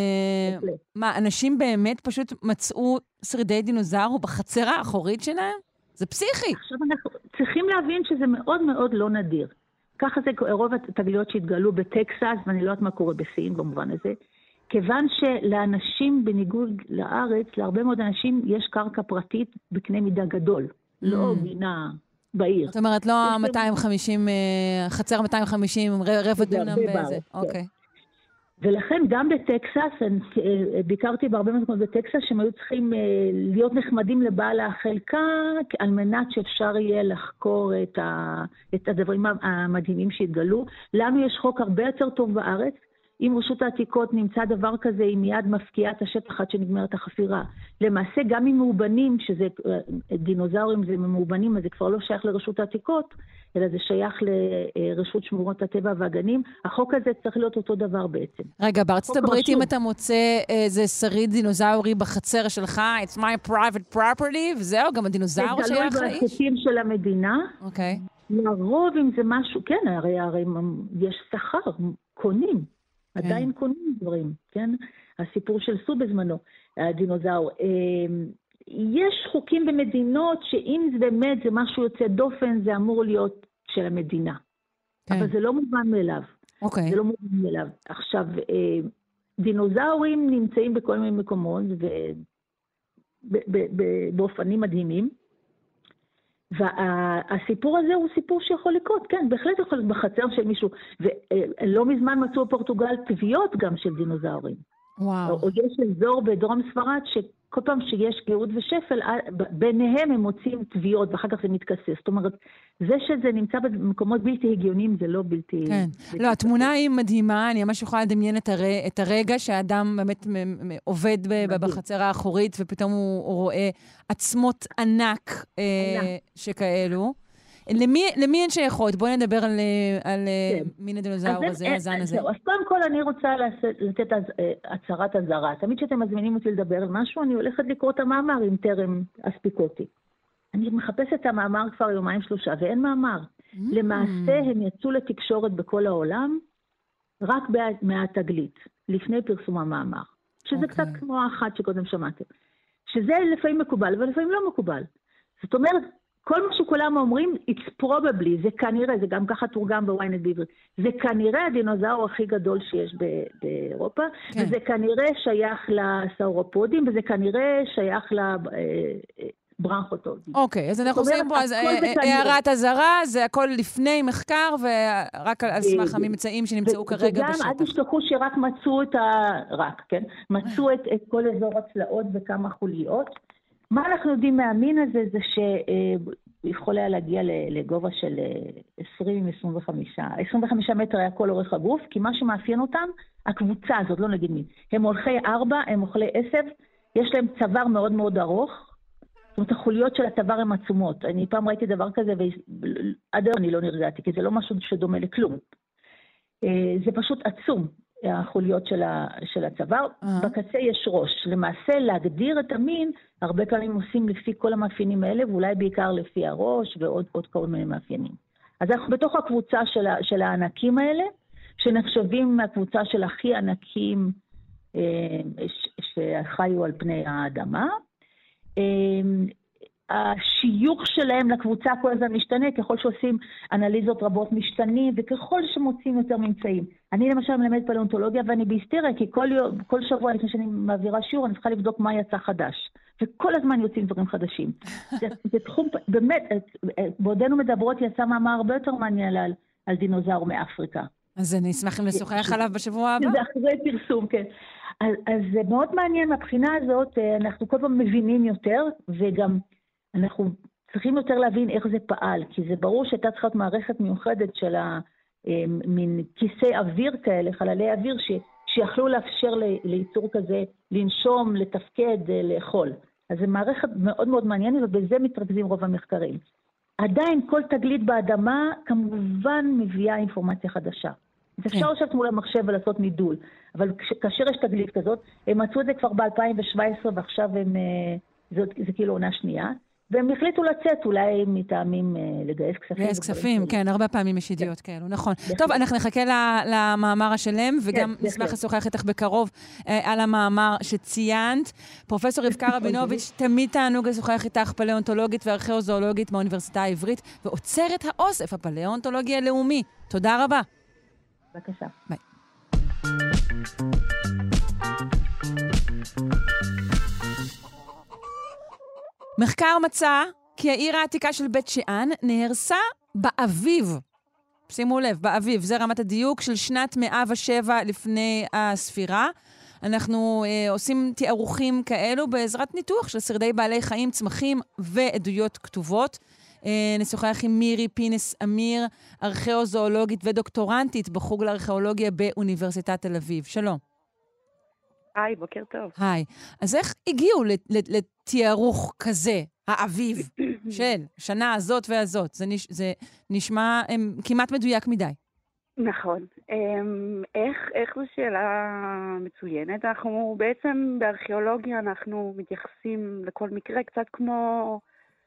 מה, אנשים באמת פשוט מצאו שרידי דינוזאור בחצר האחורית שלהם? זה פסיכי. עכשיו אנחנו צריכים להבין שזה מאוד מאוד לא נדיר. ככה זה רוב התגליות שהתגלו בטקסס, ואני לא יודעת מה קורה בסין במובן הזה. כיוון שלאנשים בניגוד לארץ, להרבה מאוד אנשים יש קרקע פרטית בקנה מידה גדול, לא גינה בעיר. זאת אומרת, לא מאתיים וחמישים, חצר מאתיים וחמישים, רבע דונם באיזה. אוקיי. ולכן גם בטקסס, ביקרתי בהרבה מקומות בטקסס, שהם היו צריכים להיות נחמדים לבעל החלקה, על מנת שאפשר יהיה לחקור את הדברים המדהימים שהתגלו. לנו יש חוק הרבה יותר טוב בארץ, אם רשות העתיקות נמצא דבר כזה, היא מיד מפקיעה את השטח עד שנגמרת החפירה. למעשה, גם עם מאובנים, שזה דינוזאורים, זה מאובנים, אז זה כבר לא שייך לרשות העתיקות, אלא זה שייך לרשות שמורות הטבע והגנים. החוק הזה צריך להיות אותו דבר בעצם. רגע, בארצות הברית, אם אתה מוצא איזה שריד דינוזאורי בחצר שלך, it's my private property, וזהו, גם הדינוזאור שייך לאיש? זה תלוי בחוקים של המדינה. אוקיי. לרוב אם זה משהו, כן, הרי, הרי יש שכר, קונים. עדיין קונים דברים, כן? הסיפור של סו בזמנו, הדינוזאור. יש חוקים במדינות שאם זה באמת זה משהו יוצא דופן, זה אמור להיות של המדינה. כן. אבל זה לא מובן מאליו. אוקיי. זה לא מובן מאליו. עכשיו, דינוזאורים נמצאים בכל מיני מקומות, ובאופנים מדהימים. והסיפור הזה הוא סיפור שיכול לקרות, כן, בהחלט יכול להיות בחצר של מישהו, ולא מזמן מצאו בפורטוגל טבעיות גם של דינוזאורים. וואו. או יש אזור בדרום ספרד שכל פעם שיש גאות ושפל, ביניהם הם מוצאים טבעיות, ואחר כך זה מתכסס. זאת אומרת, זה שזה נמצא במקומות בלתי הגיוניים, זה לא בלתי... כן. בלתי לא, התמונה היא מדהימה, אני ממש יכולה לדמיין את, הר... את הרגע שהאדם באמת עובד בחצר האחורית, ופתאום הוא, הוא רואה עצמות ענק אה, שכאלו. למי, למי אין שייכות? בואי נדבר על, על כן. מין הדינוזאור הזה, הזן הזה. אז קודם כל אני רוצה לתת הצהרת אזהרה. תמיד שאתם מזמינים אותי לדבר על משהו, אני הולכת לקרוא את המאמר עם טרם אספיק אותי. אני מחפשת את המאמר כבר יומיים שלושה, ואין מאמר. Mm. למעשה הם יצאו לתקשורת בכל העולם, רק מהתגלית, לפני פרסום המאמר. שזה okay. קצת כמו האחת שקודם שמעתם. שזה לפעמים מקובל, אבל לפעמים לא מקובל. זאת אומרת, כל מה שכולם אומרים, it's probably, זה כנראה, זה גם ככה תורגם בוויינט בעברית, זה כנראה הדינוזאור הכי גדול שיש באירופה, כן. וזה כנראה שייך לסאורופודים, וזה כנראה שייך לברנכוטודים. אוקיי, אז אנחנו עושים פה, אז הערת אזהרה, זה הכל לפני מחקר, ורק על סמך הממצאים שנמצאו כרגע בשטח. וגם, אל תשכחו שרק מצאו את ה... רק, כן? מצאו את כל אזור הצלעות וכמה חוליות, מה אנחנו יודעים מהמין הזה, זה שיכול היה להגיע לגובה של עשרים עד עשרים וחמישה מטר היה כל אורך הגוף, כי מה שמאפיין אותם, הקבוצה הזאת, לא נגיד מין, הם הולכי ארבע, הם אוכלי עשב, יש להם צוואר מאוד מאוד ארוך, זאת אומרת, החוליות של הצוואר הן עצומות. אני פעם ראיתי דבר כזה, ועד היום אני לא נרגעתי, כי זה לא משהו שדומה לכלום. זה פשוט עצום. החוליות של, ה, של הצוואר, uh-huh. בקצה יש ראש. למעשה, להגדיר את המין, הרבה פעמים עושים לפי כל המאפיינים האלה, ואולי בעיקר לפי הראש ועוד עוד כל מיני מאפיינים. אז אנחנו בתוך הקבוצה של, ה, של הענקים האלה, שנחשבים מהקבוצה של הכי ענקים אה, ש, שחיו על פני האדמה. אה, השיוך שלהם לקבוצה כל הזמן משתנה, ככל שעושים אנליזות רבות משתנים, וככל שמוצאים יותר ממצאים. אני למשל מלמד פלאונטולוגיה, ואני בהיסטריה, כי כל, יום, כל שבוע לפני שאני מעבירה שיעור, אני צריכה לבדוק מה יצא חדש. וכל הזמן יוצאים דברים חדשים. זה, זה תחום, באמת, בעודנו מדברות יצא מאמר הרבה יותר מעניין על, על דינוזאור מאפריקה. אז אני אשמח אם לשוחח עליו בשבוע הבא. זה אחרי פרסום, כן. אז, אז זה מאוד מעניין, מהבחינה הזאת, אנחנו כל פעם מבינים יותר, וגם אנחנו צריכים יותר להבין איך זה פעל, כי זה ברור שהייתה צריכה להיות מערכת מיוחדת של מין כיסי אוויר כאלה, חללי אוויר, ש, שיכלו לאפשר ליצור כזה לנשום, לתפקד, לאכול. אז זו מערכת מאוד מאוד מעניינת, ובזה מתרכזים רוב המחקרים. עדיין כל תגלית באדמה כמובן מביאה אינפורמציה חדשה. אז אפשר לשבת מול המחשב ולעשות נידול, אבל כאשר יש תגלית כזאת, הם מצאו את זה כבר ב-אלפיים שבע עשרה, ועכשיו הם, זה, זה כאילו עונה שנייה, והם החליטו לצאת אולי מטעמים לגייס כספים. לגייס כספים, כן, הרבה פעמים יש ידיעות כאלו, נכון. טוב, אנחנו נחכה למאמר השלם, וגם נשמח לשוחח איתך בקרוב על המאמר שציינת. פרופסור רבקה רבינוביץ', תמיד תענוג לשוחח איתך, פלאונטולוגית וארכיאוזואולוגית מהאוניברסיטה העברית, ועוצרת האוסף הפלאונטולוגי הלאומי. תודה רבה. בבקשה. ביי. מחקר מצא כי העיר העתיקה של בית שאן נהרסה באביב. שימו לב, באביב. זה רמת הדיוק של שנת מאה ושבע לפני הספירה. אנחנו אה, עושים תיארוכים כאלו בעזרת ניתוח של שרידי בעלי חיים, צמחים ועדויות כתובות. אה, נשוחח עם מירי פינס אמיר, ארכיאוזואולוגית ודוקטורנטית בחוג לארכיאולוגיה באוניברסיטת תל אביב. שלום. היי, בוקר טוב. היי. אז איך הגיעו לתיארוך כזה, האביב, של שנה הזאת והזאת? זה, נש, זה נשמע הם, כמעט מדויק מדי. נכון. איך, איך זו שאלה מצוינת? אנחנו בעצם בארכיאולוגיה אנחנו מתייחסים לכל מקרה קצת כמו,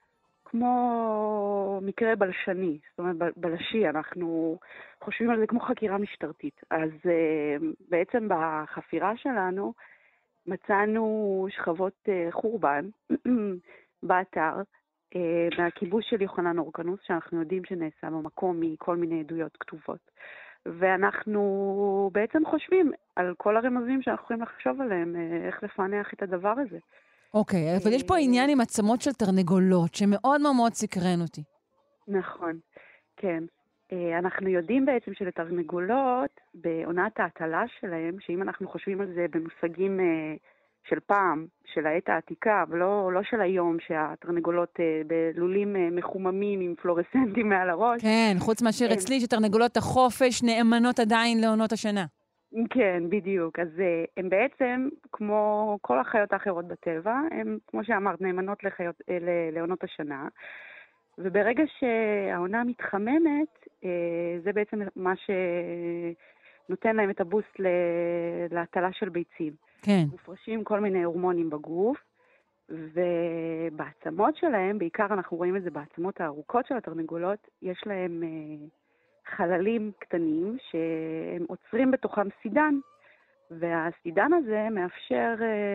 כמו מקרה בלשני, זאת אומרת בלשי, אנחנו חושבים על זה כמו חקירה משטרתית. אז בעצם בחפירה שלנו מצאנו שכבות חורבן באתר מהכיבוש של יוחנן אורקנוס, שאנחנו יודעים שנעשה במקום מכל מיני עדויות כתובות. ואנחנו בעצם חושבים על כל הרמזים שאנחנו יכולים לחשוב עליהם, איך לפענח את הדבר הזה. אוקיי, אבל יש פה עניין עם עצמות של תרנגולות, שמאוד מאוד סקרן אותי. נכון, כן. אנחנו יודעים בעצם שלתרנגולות, בעונת ההטלה שלהם, שאם אנחנו חושבים על זה במושגים של פעם, של העת העתיקה, ולא לא של היום, שהתרנגולות בלולים מחוממים עם פלורסנטים מעל הראש. כן, חוץ מאשר אצלי שתרנגולות החופש נאמנות עדיין לעונות השנה. כן, בדיוק. אז הם בעצם, כמו כל החיות האחרות בטבע, הם, כמו שאמרת, נאמנות לחיות, לעונות השנה. וברגע שהעונה מתחממת, זה בעצם מה שנותן להם את הבוסט להטלה של ביצים. כן. מופרשים כל מיני הורמונים בגוף, ובעצמות שלהם, בעיקר אנחנו רואים את זה בעצמות הארוכות של התרנגולות, יש להם חללים קטנים שהם עוצרים בתוכם סידן, והסידן הזה מאפשר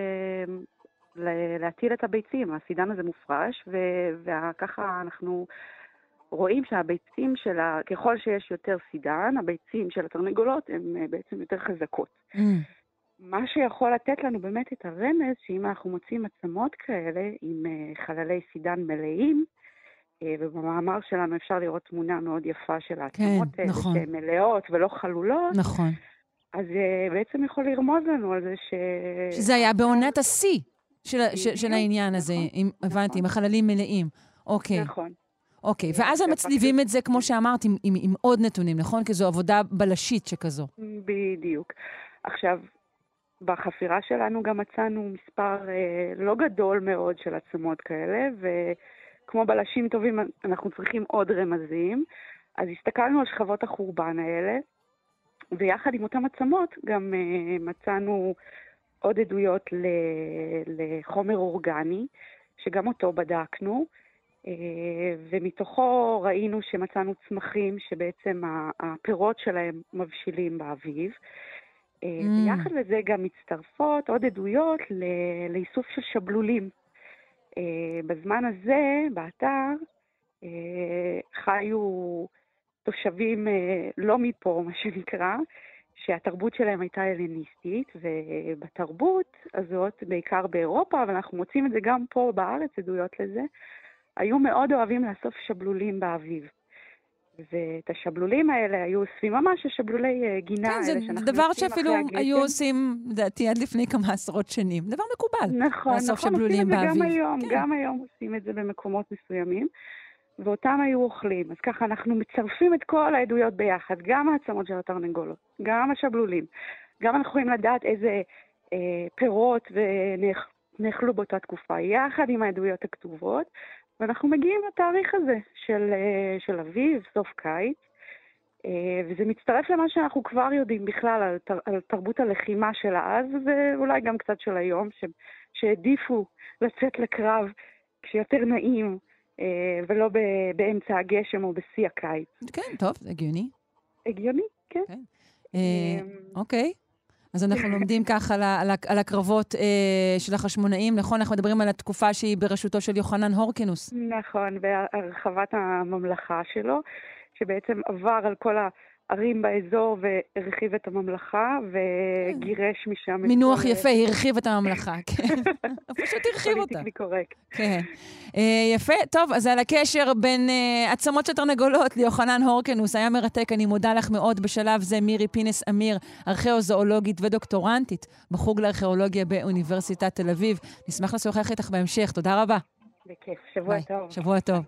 להטיל את הביצים. הסידן הזה מופרש, וככה אנחנו רואים שהביצים שלה, ככל שיש יותר סידן, הביצים של התרנגולות הן בעצם יותר חזקות. Mm. מה שיכול לתת לנו באמת את הרמז, שאם אנחנו מוצאים עצמות כאלה עם חללי סידן מלאים, ובמאמר שלנו אפשר לראות תמונה מאוד יפה של העצמות כן, נכון. שהן מלאות ולא חלולות, נכון. אז בעצם יכול לרמוז לנו על זה ש... שזה היה בעונת השיא של, של, של העניין הזה, נכון, עם, נכון. הבנתי, עם החללים מלאים. אוקיי. נכון. אוקיי, ואז הם מצליבים את זה, כמו שאמרת, עם, עם, עם עוד נתונים, נכון? כי זו עבודה בלשית שכזו. בדיוק. עכשיו, בחפירה שלנו גם מצאנו מספר אה, לא גדול מאוד של עצמות כאלה, וכמו בלשים טובים אנחנו צריכים עוד רמזים. אז הסתכלנו על שכבות החורבן האלה, ויחד עם אותם עצמות גם אה, מצאנו עוד עדויות ל, לחומר אורגני, שגם אותו בדקנו, אה, ומתוכו ראינו שמצאנו צמחים שבעצם הפירות שלהם מבשילים באביב, ויחד mm. לזה גם מצטרפות עוד עדויות ל- לאיסוף של שבלולים. Uh, בזמן הזה, באתר, uh, חיו תושבים uh, לא מפה, מה שנקרא, שהתרבות שלהם הייתה הלניסטית, ובתרבות הזאת, בעיקר באירופה, אבל אנחנו מוצאים את זה גם פה בארץ, עדויות לזה, היו מאוד אוהבים לאסוף שבלולים באביב. ואת השבלולים האלה היו אוספים ממש השבלולי גינה כן, האלה זה דבר שאפילו היו עושים, לדעתי, עד לפני כמה עשרות שנים. דבר מקובל. נכון, לאסוף נכון, שבלולים עושים את זה באביב. גם היום, כן. גם היום עושים את זה במקומות מסוימים, ואותם היו אוכלים. אז ככה אנחנו מצרפים את כל העדויות ביחד, גם העצמות של התרנגולות, גם השבלולים, גם אנחנו יכולים לדעת איזה אה, פירות ונאכלו באותה תקופה, יחד עם העדויות הכתובות, ואנחנו מגיעים לתאריך הזה של, של אביב, סוף קיץ, וזה מצטרף למה שאנחנו כבר יודעים בכלל על, תר, על תרבות הלחימה של אז, ואולי גם קצת של היום, ש, שהעדיפו לצאת לקרב כשיותר נעים, ולא ב, באמצע הגשם או בשיא הקיץ. כן, טוב, הגיוני. הגיוני, כן. כן. אוקיי. אז אנחנו לומדים כך על, ה, על, ה, על הקרבות אה, של החשמונאים. נכון, אנחנו מדברים על התקופה שהיא בראשותו של יוחנן הורקנוס. נכון, והרחבת הממלכה שלו, שבעצם עבר על כל הערים באזור והרחיב את הממלכה, וגירש משם... מינוח כל... יפה, הרחיב את הממלכה. כן. פשוט הרחיב אותה. פוליטיקלי קורקט. כן. אה, יפה. טוב, אז על הקשר בין אה, עצמות של תרנגולות ליוחנן הורקנוס, היה מרתק. אני מודה לך מאוד בשלב זה, מירי פינס אמיר, ארכיאוזואולוגית ודוקטורנטית בחוג לארכיאולוגיה באוניברסיטת תל אביב. נשמח לשוחח איתך בהמשך. תודה רבה. בכיף. שבוע ביי. טוב. שבוע טוב.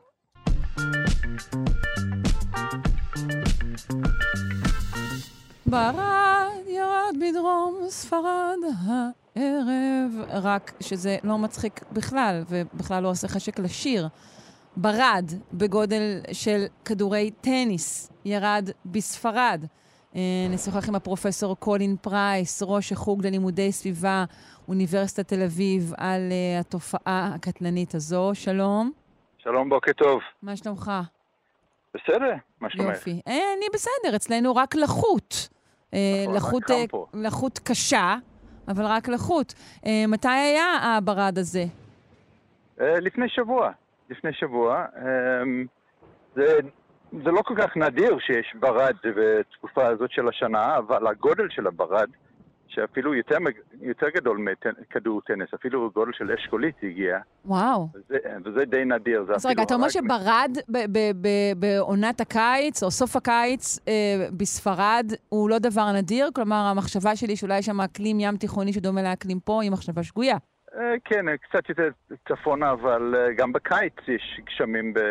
ברד ירד בדרום ספרד הערב, רק שזה לא מצחיק בכלל, ובכלל לא עושה חשק לשיר. ברד בגודל של כדורי טניס ירד בספרד. נשוחח עם הפרופסור קולין פרייס, ראש החוג ללימודי סביבה, אוניברסיטת תל אביב, על התופעה הקטלנית הזו. שלום. שלום, בוקר טוב. מה שלומך? בסדר, מה שלומך? יופי. אני בסדר, אצלנו רק לחות. נכון, לחות, רק פה. לחות קשה, אבל רק לחות. מתי היה הברד הזה? לפני שבוע. לפני שבוע. זה, זה לא כל כך נדיר שיש ברד בתקופה הזאת של השנה, אבל הגודל של הברד, שאפילו יותר, יותר גדול מכדור טניס, אפילו גודל של אשכולית הגיע. וואו. וזה, וזה די נדיר. אז רגע, אתה אומר שברד בעונת הקיץ, או סוף הקיץ אה, בספרד, הוא לא דבר נדיר? כלומר, המחשבה שלי שאולי יש שם אקלים ים תיכוני שדומה לאקלים פה, היא מחשבה שגויה. אה, כן, קצת יותר צפונה, אבל אה, גם בקיץ יש גשמים ב...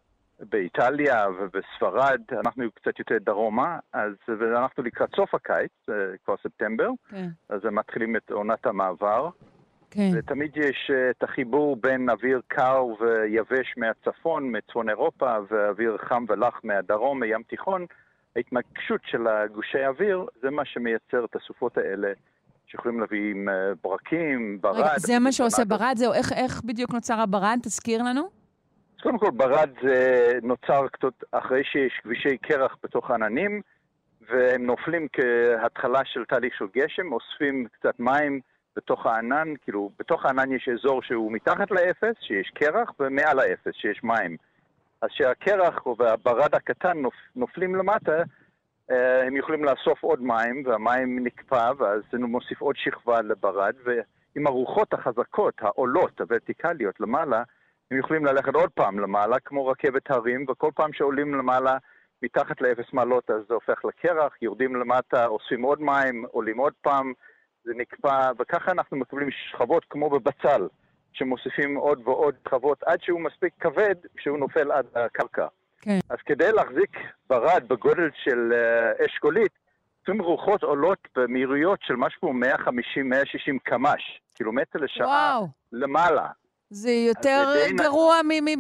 באיטליה ובספרד, אנחנו קצת יותר דרומה, אז אנחנו לקראת סוף הקיץ, כבר ספטמבר, כן. אז מתחילים את עונת המעבר, כן. ותמיד יש את החיבור בין אוויר קר ויבש מהצפון, מצפון אירופה, ואוויר חם ולח מהדרום, מים תיכון. ההתנגשות של גושי האוויר, זה מה שמייצר את הסופות האלה, שיכולים להביא עם ברקים, ברד. רגע, זה מה שעושה ברד? זהו, איך, איך בדיוק נוצר הברד? תזכיר לנו. קודם כל, ברד זה נוצר קצת אחרי שיש כבישי קרח בתוך העננים, והם נופלים כהתחלה של תהליך של גשם, אוספים קצת מים בתוך הענן, כאילו, בתוך הענן יש אזור שהוא מתחת לאפס, שיש קרח, ומעל האפס, שיש מים. אז שהקרח והברד הקטן נופ, נופלים למטה, הם יכולים לאסוף עוד מים, והמים נקפא, ואז זה מוסיף עוד שכבה לברד, ועם הרוחות החזקות, העולות, הוורטיקליות למעלה, הם יכולים ללכת עוד פעם למעלה, כמו רכבת הרים, וכל פעם שעולים למעלה מתחת לאפס מעלות, אז זה הופך לקרח, יורדים למטה, אוספים עוד מים, עולים עוד פעם, זה נקפא, וככה אנחנו מקבלים שכבות כמו בבצל, שמוסיפים עוד ועוד שכבות, עד שהוא מספיק כבד, שהוא נופל עד הקרקע. כן. אז כדי להחזיק ברד בגודל של uh, אשכולית, צריכים רוחות עולות במהירויות של משהו מאה וחמישים עד מאה ושישים קמ"ש, קילומטר לשעה. וואו. למעלה. זה יותר גרוע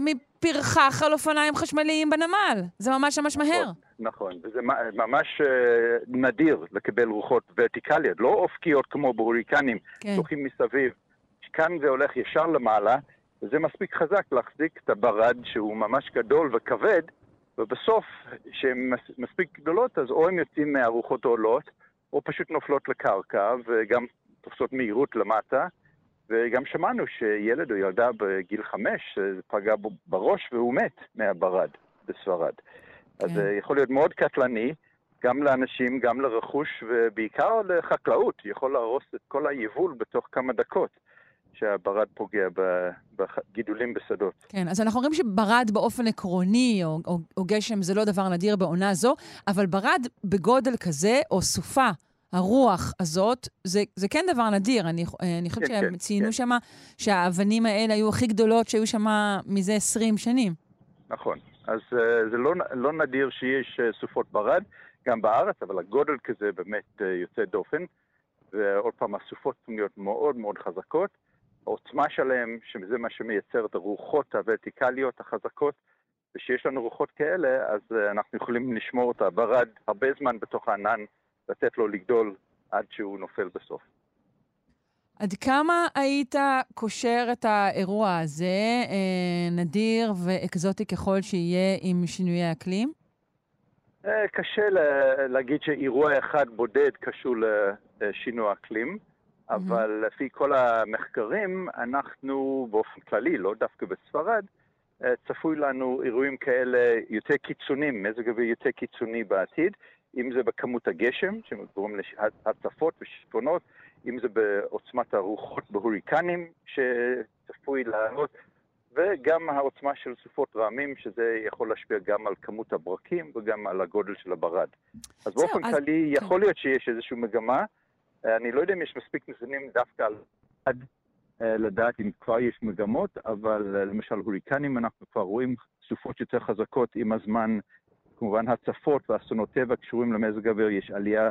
מפרחח על אופניים חשמליים בנמל. זה ממש ממש מהר. נכון, וזה ממש נדיר לקבל רוחות ורטיקליות, לא אופקיות כמו בהוריקנים, תוכים מסביב. כאן זה הולך ישר למעלה, וזה מספיק חזק להחזיק את הברד שהוא ממש גדול וכבד, ובסוף, שהן מספיק גדולות, אז או הן יוצאים מהרוחות העולות, או פשוט נופלות לקרקע, וגם תופסות מהירות למטה, וגם שמענו שילד או ילדה בגיל חמש פגע בראש והוא מת מהברד בספרד. כן. אז זה יכול להיות מאוד קטלני, גם לאנשים, גם לרכוש, ובעיקר לחקלאות. יכול להרוס את כל היבול בתוך כמה דקות, שהברד פוגע בגידולים בשדות. כן, אז אנחנו רואים שברד באופן עקרוני, או, או, או גשם, זה לא דבר נדיר בעונה זו, אבל ברד בגודל כזה, או סופה, הרוח הזאת, זה, זה כן דבר נדיר. אני, אני חושבת כן, שהם כן, ציינו כן. שמה שהאבנים האלה היו הכי גדולות שהיו שמה מזה עשרים שנים. נכון. אז uh, זה לא, לא נדיר שיש uh, סופות ברד, גם בארץ, אבל הגודל כזה באמת uh, יוצא דופן. ועוד פעם, הסופות צריכים להיות מאוד מאוד חזקות. העוצמה שלהם, שזה מה שמייצר את הרוחות הוורטיקליות החזקות, ושיש לנו רוחות כאלה, אז uh, אנחנו יכולים לשמור את הברד הרבה זמן בתוך הענן, לתת לו לגדול עד שהוא נופל בסוף. עד כמה היית קושר את האירוע הזה, אה, נדיר ואקזוטי ככל שיהיה עם שינויי אקלים? אה, קשה להגיד שאירוע אחד בודד קשור לשינוי אקלים, mm-hmm. אבל לפי כל המחקרים, אנחנו באופן כללי, לא דווקא בספרד, צפוי לנו אירועים כאלה יותר קיצוניים, מזג אוויר יותר קיצוני בעתיד, אם זה בכמות הגשם, שגורם להצפות ושיטפונות, אם זה בעוצמת הרוחות בהוריקנים שצפוי לעלות, וגם העוצמה של סופות רעמים, שזה יכול להשפיע גם על כמות הברקים וגם על הגודל של הברד. אז באופן אז... כללי יכול להיות שיש איזושהי מגמה. אני לא יודע אם יש מספיק נתונים דווקא על ברד, לדעת אם כבר יש מגמות, אבל למשל הוריקנים אנחנו כבר רואים סופות יותר חזקות עם הזמן, כמובן הצפות ואסונות טבע קשורים למזג אוויר, יש עלייה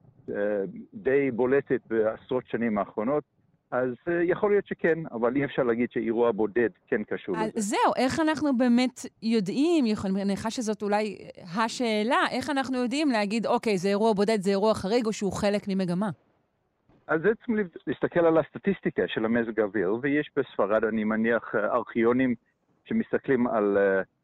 די בולטת בעשרות שנים האחרונות, אז יכול להיות שכן, אבל אי אפשר להגיד שאירוע בודד כן קשור לזה. זהו, איך אנחנו באמת יודעים, אני מניחה שזאת אולי השאלה, איך אנחנו יודעים להגיד, אוקיי, זה אירוע בודד, זה אירוע חריג, או שהוא חלק ממגמה? אז זה צריכים להסתכל על הסטטיסטיקה של המזג האוויר, ויש בספרד, אני מניח, ארכיונים שמסתכלים על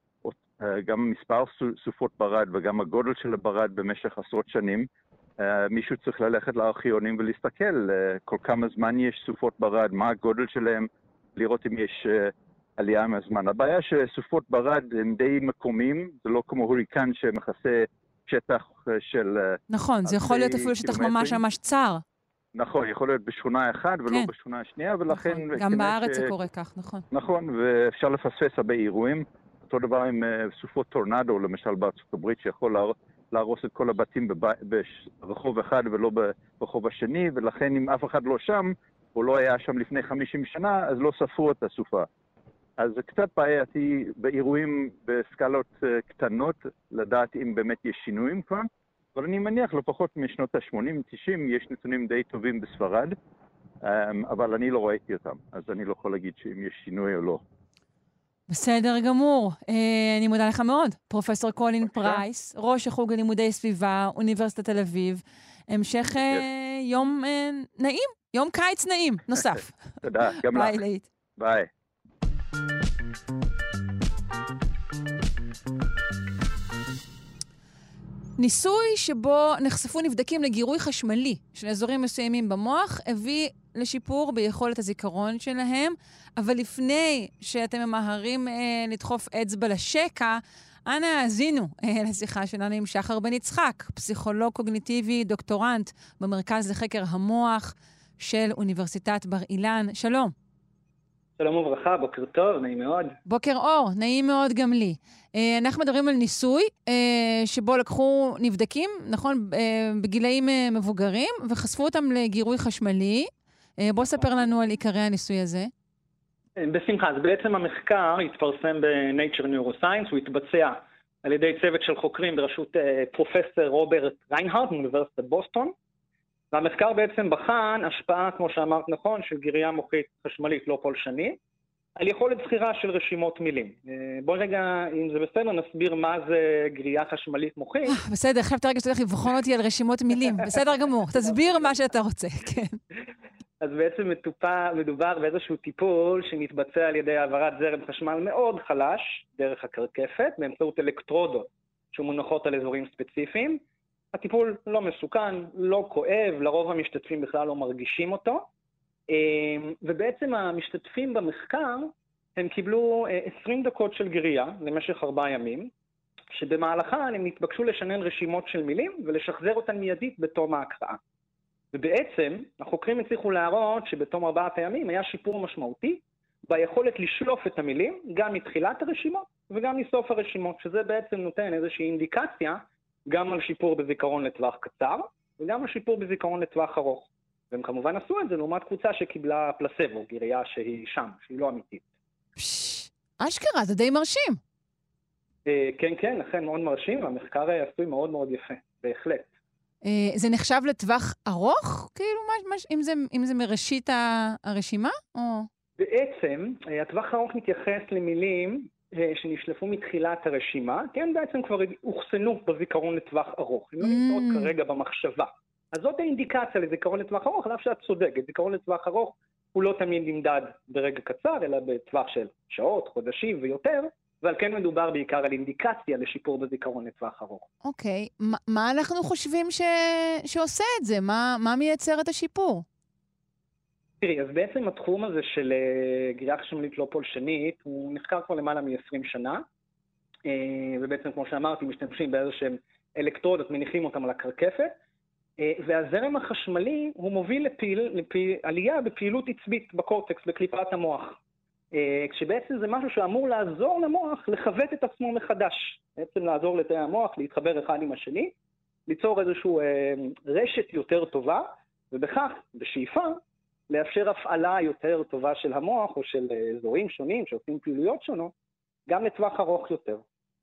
גם מספר סופות ברד וגם הגודל של הברד במשך עשרות שנים. מישהו צריך ללכת לארכיונים ולהסתכל כל כמה זמן יש סופות ברד, מה הגודל שלהם, לראות אם יש עלייה מהזמן. הבעיה שסופות ברד הם די מקומיים, זה לא כמו הוריקן שמכסה שטח של... נכון, זה יכול להיות אפילו שטח ממש ממש צר. נכון, יכול להיות בשכונה אחת ולא כן. בשכונה השנייה, ולכן... נכון, גם בארץ ש... זה קורה כך, נכון. נכון, ואפשר לפספס הרבה אירועים. אותו דבר עם סופות טורנדו, למשל בארצות הברית, שיכול לה... להרוס את כל הבתים בב... ברחוב אחד ולא ברחוב השני, ולכן אם אף אחד לא שם, או לא היה שם לפני חמישים שנה, אז לא ספרו את הסופה. אז זה קצת בעייתי באירועים בסקלות קטנות, לדעת אם באמת יש שינויים כבר, אבל אני מניח לא פחות משנות ה-שמונים תשעים יש נתונים די טובים בספרד, אבל אני לא ראיתי אותם, אז אני לא יכול להגיד שאם יש שינוי או לא. בסדר גמור. אני מודה לך מאוד. פרופסור קולין פרייס, ראש החוג ללימודי סביבה, אוניברסיטת תל אביב. המשך יום נעים, יום קיץ נעים, נוסף. תודה, גם לך. ביי להיט. ביי. ניסוי שבו נחשפו נבדקים לגירוי חשמלי של אזורים מסוימים במוח, הביא לשיפור ביכולת הזיכרון שלהם, אבל לפני שאתם ממהרים אה, לדחוף אצבע לשקע, אנא האזינו אה, לשיחה שלנו עם שחר בן יצחק, פסיכולוג קוגניטיבי, דוקטורנט במרכז לחקר המוח של אוניברסיטת בר אילן. שלום. שלום וברכה, בוקר טוב, נעים מאוד. בוקר אור, נעים מאוד גם לי. אה, אנחנו מדברים על ניסוי אה, שבו לקחו נבדקים, נכון, אה, בגילאים אה, מבוגרים, וחשפו אותם לגירוי חשמלי. אה, בוא ספר לנו על עיקרי הניסוי הזה. בשמחה, אז בעצם המחקר התפרסם ב-Nature Neuroscience, הוא התבצע על ידי צוות של חוקרים בראשות אה, פרופסור רוברט ריינהארט מאוניברסיטת בוסטון, והמחקר בעצם בחן השפעה, כמו שאמרת נכון, של גירייה מוחית חשמלית לא פולשנית, על יכולת זכירה של רשימות מילים. בואי רגע, אם זה בסדר, נסביר מה זה גרייה חשמלית מוחית. בסדר, חייבת הרגע שאתה הולך לבחון אותי על רשימות מילים. בסדר גמור, תסביר מה שאתה רוצה, כן. אז בעצם מדובר באיזשהו טיפול שמתבצע על ידי העברת זרם חשמל מאוד חלש, דרך הקרקפת, באמצעות אלקטרודות שמונחות על אזורים ספציפיים. הטיפול לא מסוכן, לא כואב, לרוב המשתתפים בכלל לא מרגישים אותו. ובעצם המשתתפים במחקר, הם קיבלו עשרים דקות של גרייה למשך ארבעה ימים, שבמהלכן הם נתבקשו לשנן רשימות של מילים ולשחזר אותן מיידית בתום ההקראה. ובעצם החוקרים הצליחו להראות שבתום ארבעה פעמים היה שיפור משמעותי ביכולת לשלוף את המילים גם מתחילת הרשימות וגם מסוף הרשימות, שזה בעצם נותן איזושהי אינדיקציה גם על שיפור בזיכרון לטווח קצר וגם על שיפור בזיכרון לטווח ארוך. והם כמובן עשו את זה לעומת קבוצה שקיבלה פלסבו, גירייה שהיא שם, שהיא לא אמיתית. פש, אשכרה, זה די מרשים. אה, כן, כן, לכן מאוד מרשים, והמחקר עשוי מאוד מאוד יפה, בהחלט. אה, זה נחשב לטווח ארוך? כאילו, מה, מה, אם, זה, אם זה מראשית הרשימה? או... בעצם, הטווח הארוך מתייחס למילים שנשלפו מתחילת הרשימה, כן, בעצם כבר הוכסנו בזיכרון לטווח ארוך. הם לא נמצאות mm. כרגע במחשבה. אז זאת האינדיקציה לזיכרון לטווח ארוך, עליו שאת צודקת. זיכרון לטווח ארוך הוא לא תמיד נמדד ברגע קצר, אלא בטווח של שעות, חודשים ויותר, ועל כן מדובר בעיקר על אינדיקציה לשיפור בזיכרון לטווח ארוך. אוקיי, מה, מה אנחנו חושבים ש... שעושה את זה? מה, מה מייצר את השיפור? תראי, אז בעצם התחום הזה של גירייה חשמלית לא פולשנית, הוא נחקר כבר למעלה מ-עשרים שנה, ובעצם כמו שאמרתי, משתמשים באיזה שהם אלקטרודות, מניחים אותם על הקרקפת, והזרם החשמלי הוא מוביל לפעיל, לפעיל, עלייה בפעילות עצבית בקורטקס, בקליפת המוח. כשבעצם זה משהו שאמור לעזור למוח לחוות את עצמו מחדש. בעצם לעזור לתאי המוח, להתחבר אחד עם השני, ליצור איזושהי רשת יותר טובה, ובכך, בשאיפה, לאפשר הפעלה יותר טובה של המוח, או של אזורים שונים שעושים פעילויות שונות, גם לטווח ארוך יותר.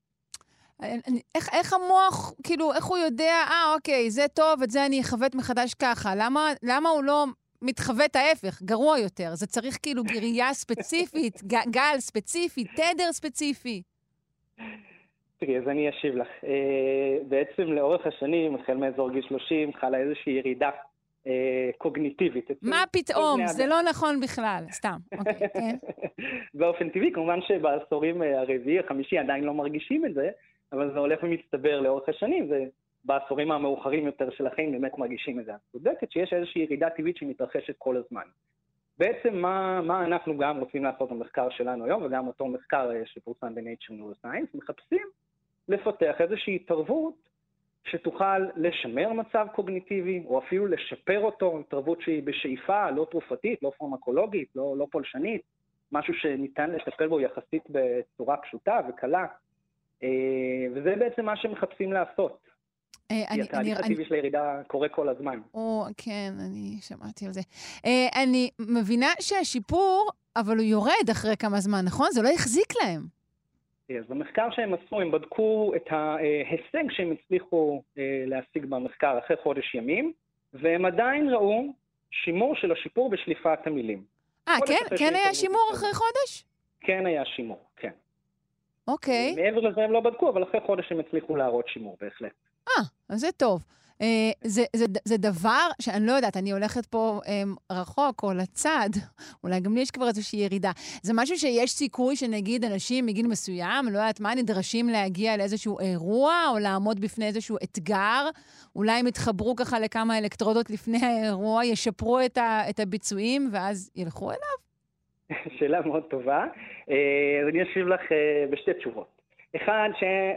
איך, איך המוח, כאילו, איך הוא יודע, אה, אוקיי, זה טוב, את זה אני אחוות מחדש ככה. למה, למה הוא לא מתחוות ההפך, גרוע יותר? זה צריך כאילו גירייה ספציפית, גל ספציפי, תדר ספציפי. תראי, אז אני אשיב לך. בעצם לאורך השנים, החל מאזור גיל שלושים, חלה איזושהי ירידה קוגניטיבית. מה פתאום? זה לא נכון בכלל, סתם. אוקיי, כן. באופן טבעי, כמובן שבעשורים הרביעי, החמישי עדיין לא מרגישים את זה, אבל זה הולך ומצטבר לאורך השנים, ובעשורים המאוחרים יותר של החיים באמת מרגישים את זה. צודקת שיש איזושהי ירידה טבעית שמתרחשת כל הזמן. בעצם מה, מה אנחנו גם רוצים לעשות במחקר שלנו היום, וגם אותו מחקר שפורסם ב-Nature Neuroscience, מחפשים לפתח איזושהי התערבות שתוכל לשמר מצב קוגניטיבי, או אפילו לשפר אותו, התערבות שהיא בשאיפה, לא תרופתית, לא פרמקולוגית, לא, לא פולשנית, משהו שניתן לטפל בו יחסית בצורה פשוטה וקלה. וזה בעצם מה שמחפשים לעשות. כי התהליך הטבעי של הירידה קורה כל הזמן. או, כן, אני שמעתי על זה. אני מבינה שהשיפור, אבל הוא יורד אחרי כמה זמן, נכון? זה לא יחזיק להם. אז במחקר שהם עשו, הם בדקו את ההישג שהם הצליחו להשיג במחקר אחרי חודש ימים, והם עדיין ראו שימור של השיפור בשליפת המילים. אה, כן? כן היה שימור אחרי חודש? כן היה שימור, כן. אוקיי. מעבר לזה הם לא בדקו, אבל אחרי חודש הם הצליחו להראות שימור, בהחלט. אה, אז זה טוב. אה, זה, זה, זה דבר שאני לא יודעת, אני הולכת פה אה, רחוק או לצד, אולי גם לי יש כבר איזושהי ירידה. זה משהו שיש סיכוי שנגיד אנשים מגיל מסוים, לא יודעת מה, נדרשים להגיע לאיזשהו אירוע, או לעמוד בפני איזשהו אתגר, אולי הם יתחברו ככה לכמה אלקטרודות לפני האירוע, ישפרו את, ה, את הביצועים, ואז ילכו אליו? שאלה מאוד טובה. אז אני אשיב לך בשתי תשובות. אחד,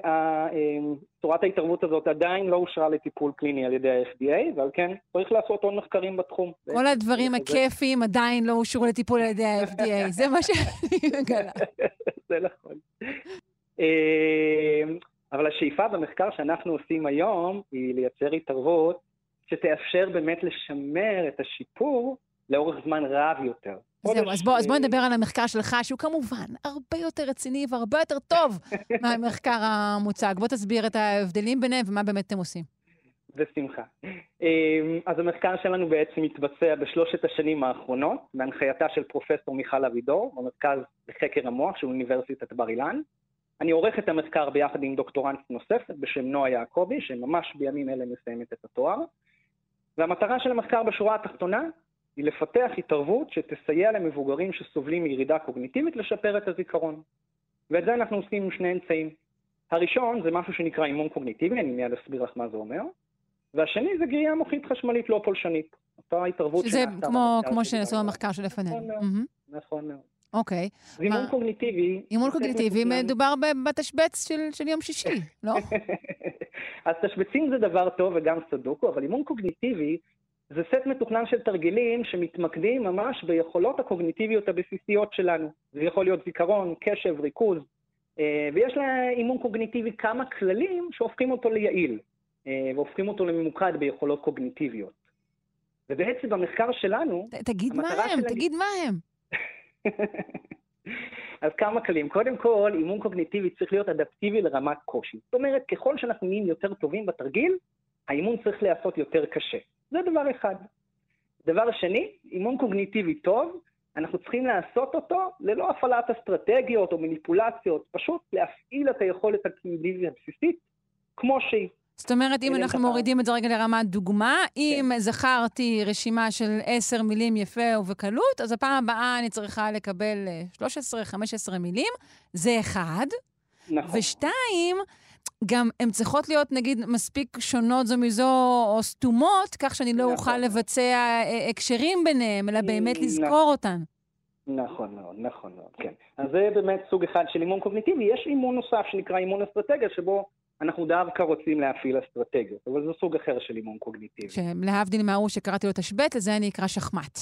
שצורת ההתערבות הזאת עדיין לא אושרה לטיפול קליני על ידי ה-אף די איי, ועל כן צריך לעשות עוד מחקרים בתחום. כל הדברים הכיפיים עדיין לא אושרו לטיפול על ידי ה-אף די איי, זה מה שאני מגלה. זה נכון. אבל השאיפה במחקר שאנחנו עושים היום היא לייצר התערבות שתאפשר באמת לשמר את השיפור לאורך זמן רב יותר. זהו, אז בוא, אז בוא נדבר על המחקר שלך, שהוא כמובן הרבה יותר רציני והרבה יותר טוב מהמחקר המוצג. בוא תסביר את ההבדלים ביניהם ומה באמת אתם עושים. בשמחה. אז המחקר שלנו בעצם מתבצע בשלושת השנים האחרונות, בהנחייתה של פרופסור מיכל אבידור, במרכז לחקר המוח של אוניברסיטת בר אילן. אני עורך את המחקר ביחד עם דוקטורנט נוספת בשם נועה יעקבי, שממש בימים אלה מסיימת את התואר. והמטרה של המחקר בשורה התחתונה, היא לפתח התערבות שתסייע למבוגרים שסובלים מירידה קוגניטיבית לשפר את הזיכרון. ואת זה אנחנו עושים עם שני אמצעים. הראשון זה משהו שנקרא אימון קוגניטיבי, אני מיד אסביר לך מה זה אומר. והשני זה גירייה מוחית חשמלית לא פולשנית. אותה התערבות שזה כמו, כמו שנעשו במחקר שלפנינו. נכון מאוד. נכון מאוד. אוקיי. אימון קוגניטיבי... אימון קוגניטיבי מדובר בתשבץ של, של יום שישי, לא? אז תשבצים זה דבר טוב וגם סודוקו, אבל אימון קוגניטיבי זה סט מתוכנן של תרגילים שמתמקדים ממש ביכולות הקוגניטיביות הבסיסיות שלנו. זה יכול להיות זיכרון, קשב, ריכוז, ויש לאימון קוגניטיבי כמה כללים שהופכים אותו ליעיל, והופכים אותו לממוקד ביכולות קוגניטיביות. ובעצם במחקר שלנו... תגיד מה הם, תגיד מה הם. אז כמה כלים. קודם כל, אימון קוגניטיבי צריך להיות אדפטיבי לרמת קושי. זאת אומרת, ככל שאנחנו נהיים יותר טובים בתרגיל, האימון צריך לעשות יותר קשה. זה דבר אחד. דבר שני, אימון קוגניטיבי טוב, אנחנו צריכים לעשות אותו ללא הפעלת אסטרטגיות או מניפולציות, פשוט להפעיל את היכולת הקוגניטיבית הבסיסית כמו שהיא. זאת אומרת, אם אנחנו מורידים את זה רגע לרמת דוגמה, אם זכרתי רשימה של עשר מילים יפה ובקלות, אז הפעם הבאה אני צריכה לקבל שלוש עשרה חמש עשרה מילים, זה אחד. נכון. ושתיים, גם הן צריכות להיות, נגיד, מספיק שונות זו מזו או סתומות, כך שאני לא אוכל לבצע הקשרים ביניהם, אלא באמת לזכור אותן. נכון מאוד, נכון מאוד, כן. אז זה באמת סוג אחד של אימון קוגניטיבי. יש אימון נוסף שנקרא אימון אסטרטגיה, שבו אנחנו דווקא רוצים להפעיל אסטרטגיות, אבל זה סוג אחר של אימון קוגניטיבי. שלהבדיל מההוא שקראתי לו תשבט, לזה אני אקרא שחמט.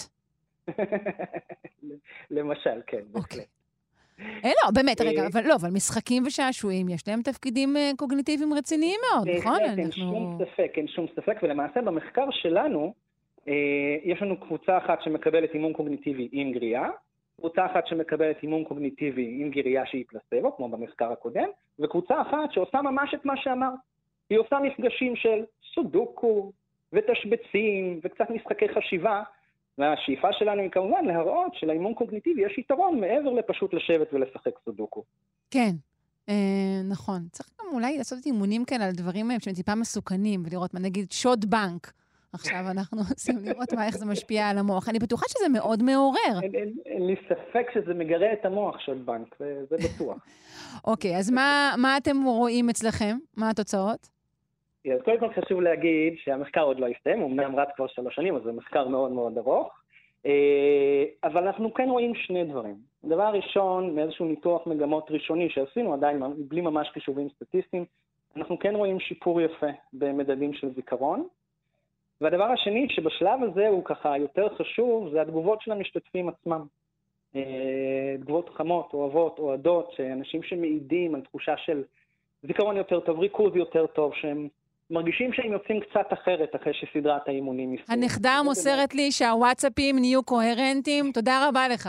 למשל, כן, בהחלט. לא, באמת, רגע, אבל לא, אבל משחקים ושעשועים, יש להם תפקידים קוגניטיביים רציניים מאוד, נכון? אין שום ספק, אין שום ספק, ולמעשה במחקר שלנו, יש לנו קבוצה אחת שמקבלת אימון קוגניטיבי עם גריעה, קבוצה אחת שמקבלת אימון קוגניטיבי עם גירייה שהיא פלסבו, כמו במחקר הקודם, וקבוצה אחת שעושה ממש את מה שאמר. היא עושה מפגשים של סודוקו ותשבצים וקצת משחקי חשיבה, והשאיפה שלנו היא כמובן להראות שלאימון קוגניטיבי יש יתרון מעבר לפשוט לשבת ולשחק סודוקו. כן, אה, נכון. צריך גם אולי לעשות אימונים כאלה על דברים שהם טיפה מסוכנים, ולראות מה נגיד שוד בנק. עכשיו אנחנו עושים לראות מה, איך זה משפיע על המוח. אני בטוחה שזה מאוד מעורר. אין, אין, אין לי ספק שזה מגרה את המוח של בנק, זה, זה בטוח. אוקיי, אז מה, מה אתם רואים אצלכם? מה התוצאות? אז קודם כל חשוב להגיד שהמחקר עוד לא הסתיים, הוא אמנם רץ כבר שלוש שנים, אז זה מחקר מאוד מאוד ארוך, אבל אנחנו כן רואים שני דברים. דבר ראשון, מאיזשהו ניתוח מגמות ראשוני שעשינו עדיין בלי ממש חישובים סטטיסטיים, אנחנו כן רואים שיפור יפה במדדים של זיכרון, והדבר השני שבשלב הזה הוא ככה יותר חשוב, זה התגובות של המשתתפים עצמם. תגובות חמות, אוהבות, אוהדות, אנשים שמעידים על תחושה של זיכרון יותר טוב, ריכוז יותר טוב, שהם מרגישים שהם יוצאים קצת אחרת אחרי שסדרת האימונים מסתיים. הנכדה מוסרת לי שהוואטסאפים נהיו קוהרנטיים, תודה רבה לך.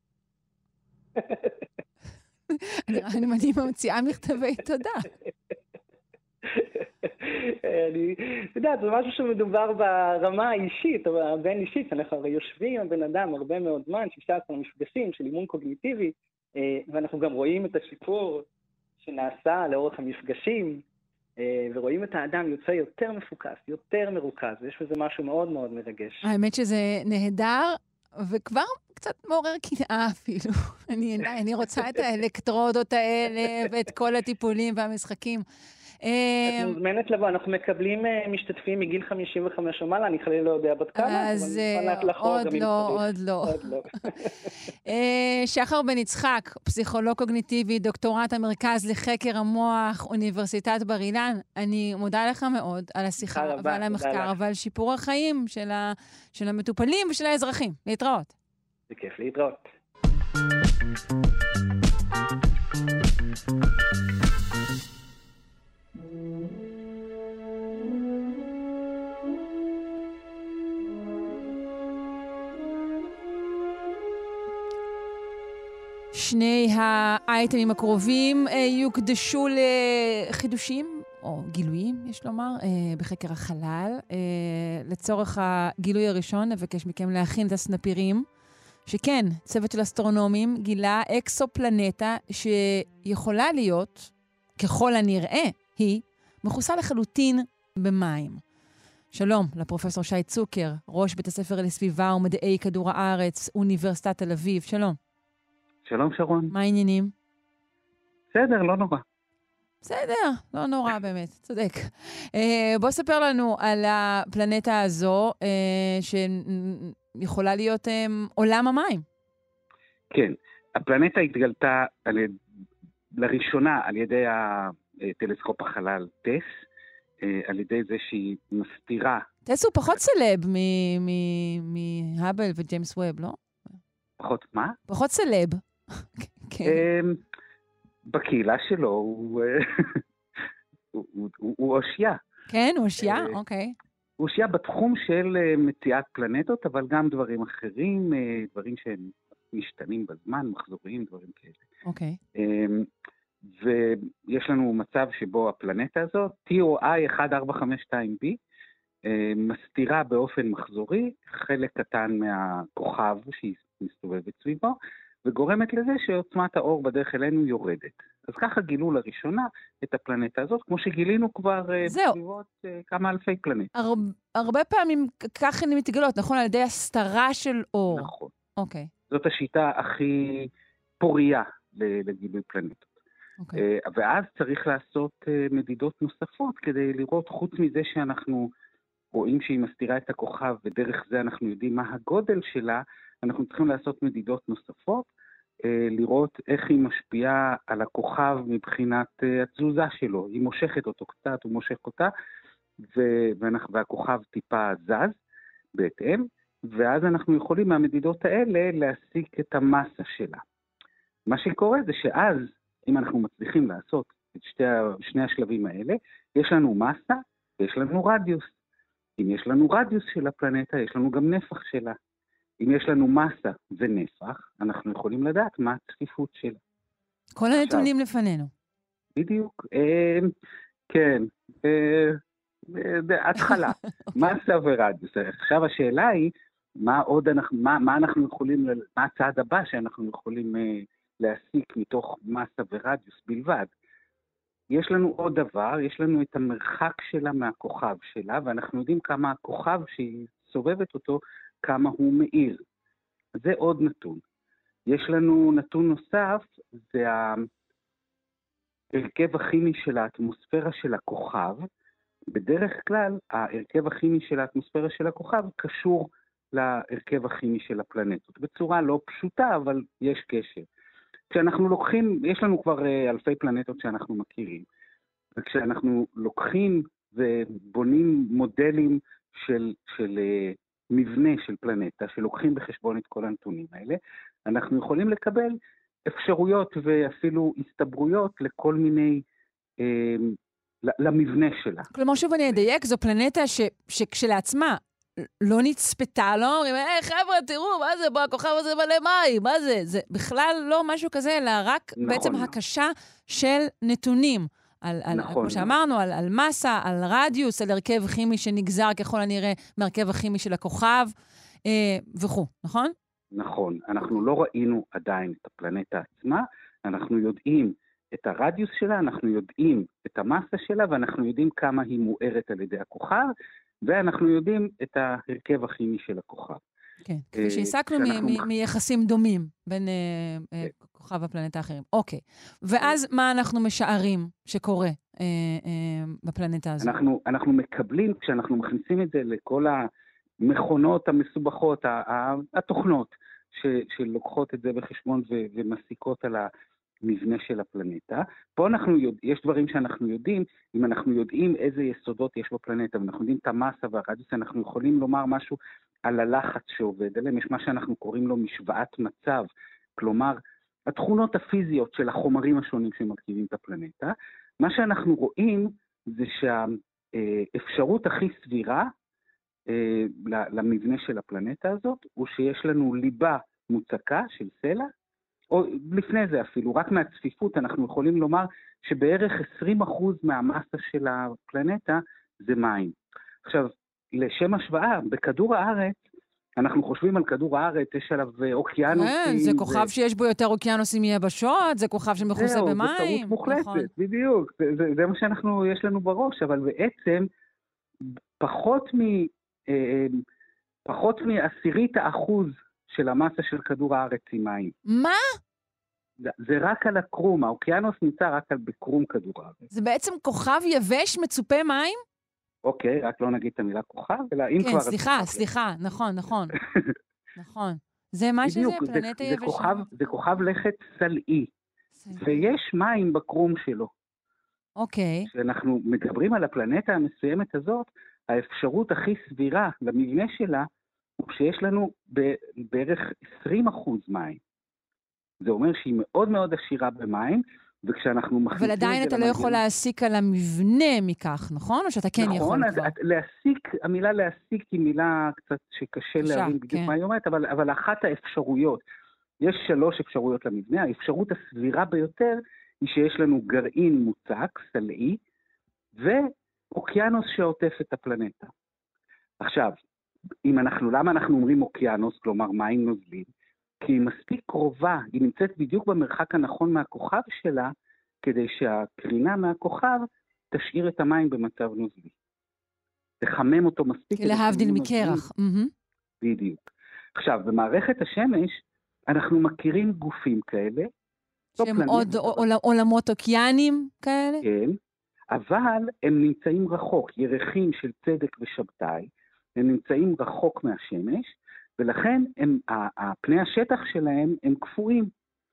אני מדהימה מציעה מכתבי תודה. אני יודעת, זה משהו שמדובר ברמה האישית, או הבין אישית, אנחנו הרי יושבים עם בן אדם הרבה מאוד זמן, שישה עשר מפגשים של אימון קוגניטיבי, ואנחנו גם רואים את השיפור שנעשה לאורך המפגשים, ורואים את האדם יוצא יותר מפוקס, יותר מרוכז, ויש בזה משהו מאוד מאוד מרגש. האמת שזה נהדר, וכבר קצת מעורר קנאה אפילו. אני, אני רוצה את האלקטרודות האלה, ואת כל הטיפולים והמשחקים. את מוזמנת לבוא, אנחנו מקבלים משתתפים מגיל חמישים וחמש ומעלה, אני חלילה לא יודע בת כמה, אז עוד לא, עוד לא. שחר בן יצחק, פסיכולוג קוגניטיבי, דוקטורט המרכז לחקר המוח, אוניברסיטת בר אילן, אני מודה לך מאוד על השיחה ועל המחקר, ועל שיפור החיים של המטופלים ושל האזרחים. להתראות. זה כיף להתראות. שני האייטמים הקרובים יוקדשו לחידושים, או גילויים, יש לומר, בחקר החלל. לצורך הגילוי הראשון, נבקש מכם להכין את הסנפירים, שכן, צוות של אסטרונומים גילה אקסופלנטה שיכולה להיות, ככל הנראה, היא מכוסה לחלוטין במים. שלום לפרופסור שי צוקר, ראש בית הספר לסביבה ומדעי כדור הארץ, אוניברסיטת תל אביב. שלום. שלום שרון. מה העניינים? בסדר, לא נורא. בסדר, לא נורא באמת, צודק. Uh, בוא ספר לנו על הפלנטה הזו, uh, שיכולה להיות um, עולם המים. כן, הפלנטה התגלתה על, לראשונה על ידי הטלסקופ החלל טס, על ידי זה שהיא מסתירה. טס הוא פחות סלב מהאבל וג'יימס ווב, לא? פחות מה? פחות סלב. בקהילה שלו הוא אושייה. כן, הוא אושייה? אוקיי. הוא אושייה בתחום של מציאת פלנטות, אבל גם דברים אחרים, דברים שהם משתנים בזמן, מחזוריים, דברים כאלה. אוקיי. ויש לנו מצב שבו הפלנטה הזאת, טי או איי אחת ארבע חמש שתיים בי, מסתירה באופן מחזורי חלק קטן מהכוכב שהיא מסתובבת סביבו, וגורמת לזה שעוצמת האור בדרך אלינו יורדת. אז ככה גילו לראשונה את הפלנטה הזאת, כמו שגילינו כבר בסביבות כמה אלפי פלנטות. הר... הרבה פעמים ככה הן מתגלות, נכון? על ידי הסתרה של אור. נכון. אוקיי. זאת השיטה הכי פוריה לגילוי פלנטות. אוקיי. ואז צריך לעשות מדידות נוספות כדי לראות, חוץ מזה שאנחנו רואים שהיא מסתירה את הכוכב, ודרך זה אנחנו יודעים מה הגודל שלה, אנחנו צריכים לעשות מדידות נוספות, לראות איך היא משפיעה על הכוכב מבחינת התזוזה שלו. היא מושכת אותו קצת, הוא מושך אותה, והכוכב טיפה זז בהתאם, ואז אנחנו יכולים מהמדידות האלה להסיק את המסה שלה. מה שקורה זה שאז, אם אנחנו מצליחים לעשות את שתי, שני השלבים האלה, יש לנו מסה ויש לנו רדיוס. אם יש לנו רדיוס של הפלנטה, יש לנו גם נפח שלה. אם יש לנו מסה ונפח, אנחנו יכולים לדעת מה הצפיפות שלה. כל הנתונים לפנינו. בדיוק. אה, כן. אה, אה, התחלה. מסה ורדיוס. עכשיו השאלה היא, מה עוד אנחנו, מה, מה אנחנו יכולים, מה הצעד הבא שאנחנו יכולים אה, להסיק מתוך מסה ורדיוס בלבד. יש לנו עוד דבר, יש לנו את המרחק שלה מהכוכב שלה, ואנחנו יודעים כמה הכוכב שהיא סובבת אותו, כמה הוא מאיר. זה עוד נתון. יש לנו נתון נוסף, זה ההרכב הכימי של האטמוספירה של הכוכב. בדרך כלל, ההרכב הכימי של האטמוספירה של הכוכב קשור להרכב הכימי של הפלנטות. בצורה לא פשוטה, אבל יש קשר. כשאנחנו לוקחים, יש לנו כבר אלפי פלנטות שאנחנו מכירים, וכשאנחנו לוקחים ובונים מודלים של, של מבנה של פלנטה, שלוקחים בחשבון את כל הנתונים האלה, אנחנו יכולים לקבל אפשרויות ואפילו הסתברויות לכל מיני, אה, למבנה שלה. כלומר, שוב אני אדייק, זו פלנטה ש, שכשלעצמה, לא נצפתה, לא אומרים, היי חבר'ה, תראו, מה זה, בוא, הכוכב הזה מלא מים, מה זה? זה בכלל לא משהו כזה, אלא רק נכון, בעצם נכון. הקשה של נתונים. על, על, נכון. כמו שאמרנו, על, על מסה, על רדיוס, על הרכב כימי שנגזר ככל הנראה מהרכב הכימי של הכוכב, אה, וכו', נכון? נכון. אנחנו לא ראינו עדיין את הפלנטה עצמה, אנחנו יודעים את הרדיוס שלה, אנחנו יודעים את המסה שלה, ואנחנו יודעים כמה היא מוארת על ידי הכוכב, ואנחנו יודעים את ההרכב הכימי של הכוכב. כן, כפי שהסקנו מיחסים דומים בין כוכב הפלנטה האחרים. אוקיי, ואז מה אנחנו משערים שקורה בפלנטה הזו? אנחנו מקבלים, כשאנחנו מכניסים את זה לכל המכונות המסובכות, התוכנות שלוקחות את זה בחשבון ומסיקות על ה... מבנה של הפלנטה. פה אנחנו יודע, יש דברים שאנחנו יודעים, אם אנחנו יודעים איזה יסודות יש בפלנטה, ואנחנו יודעים את המסה והרדיוס, אנחנו יכולים לומר משהו על הלחץ שעובד עליהם, יש מה שאנחנו קוראים לו משוואת מצב, כלומר, התכונות הפיזיות של החומרים השונים שמרכיבים את הפלנטה. מה שאנחנו רואים זה שהאפשרות הכי סבירה למבנה של הפלנטה הזאת, הוא שיש לנו ליבה מוצקה של סלע, או לפני זה אפילו, רק מהצפיפות אנחנו יכולים לומר שבערך עשרים אחוז מהמסה של הפלנטה זה מים. עכשיו, לשם השוואה, בכדור הארץ, אנחנו חושבים על כדור הארץ, יש עליו אוקיינוסים. כן, זה כוכב שיש בו יותר אוקיינוסים יבשות, זה כוכב שמכוסה במים. זהו, זה טעות מוחלטת, בדיוק. זה מה שאנחנו, יש לנו בראש, אבל בעצם פחות מ... פחות מעשירית האחוז של המסה של כדור הארץ עם מים. מה? זה, זה רק על הקרום, האוקיינוס נמצא רק על בקרום כדור הארץ. זה בעצם כוכב יבש מצופה מים? אוקיי, רק לא נגיד את המילה כוכב, אלא אם כן, כבר... כן, סליחה, סליחה, נכון, נכון. נכון. זה מה שזה, בדיוק, פלנטה זה, יבשה. זה, כוכב, זה כוכב לכת סלעי, ויש מים בקרום שלו. אוקיי. כשאנחנו מדברים על הפלנטה המסוימת הזאת, האפשרות הכי סבירה למבנה שלה, הוא שיש לנו בערך עשרים אחוז מים. זה אומר שהיא מאוד מאוד עשירה במים, וכשאנחנו מכניסים את זה... אבל עדיין אתה לא יכול להסיק על המבנה מכך, נכון? או שאתה כן יכול כבר? נכון, אז להסיק, המילה להסיק היא מילה קצת שקשה להבין בדיוק מה היא אומרת, אבל, אבל אחת האפשרויות, יש שלוש אפשרויות למבנה, האפשרות הסבירה ביותר היא שיש לנו גרעין מוצק, סלעי, ואוקיינוס שעוטף את הפלנטה. עכשיו, אם אנחנו, למה אנחנו אומרים אוקיינוס, כלומר מים נוזלים? כי היא מספיק קרובה, היא נמצאת בדיוק במרחק הנכון מהכוכב שלה, כדי שהקרינה מהכוכב תשאיר את המים במצב נוזלי. תחמם אותו מספיק. להבדיל מקרח. בדיוק. עכשיו, במערכת השמש, אנחנו מכירים גופים כאלה. שהם עוד עולמות אוקייניים כאלה? כן, אבל הם נמצאים רחוק, ירחים של צדק ושבתאי, הם נמצאים רחוק מהשמש, ולכן הם, פני השטח שלהם הם קפואים.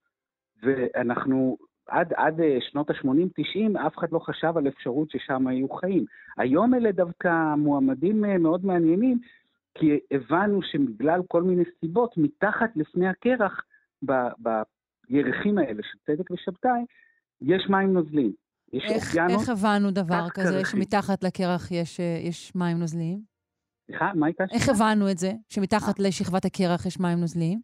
ואנחנו, עד, עד שנות ה-שמונים תשעים, אף אחד לא חשב על אפשרות ששם היו חיים. היום אלה דווקא מועמדים מאוד מעניינים, כי הבנו שבגלל כל מיני סיבות, מתחת לפני הקרח, ב, בירחים האלה של צדק ושבתאי, יש מים נוזלים. יש איך, אוקיינוס, איך הבנו דבר כזה, שמתחת לקרח יש, יש מים נוזליים? סליחה, מה הייתה? איך הבנו את זה, שמתחת לשכבת הקרח יש מים נוזליים?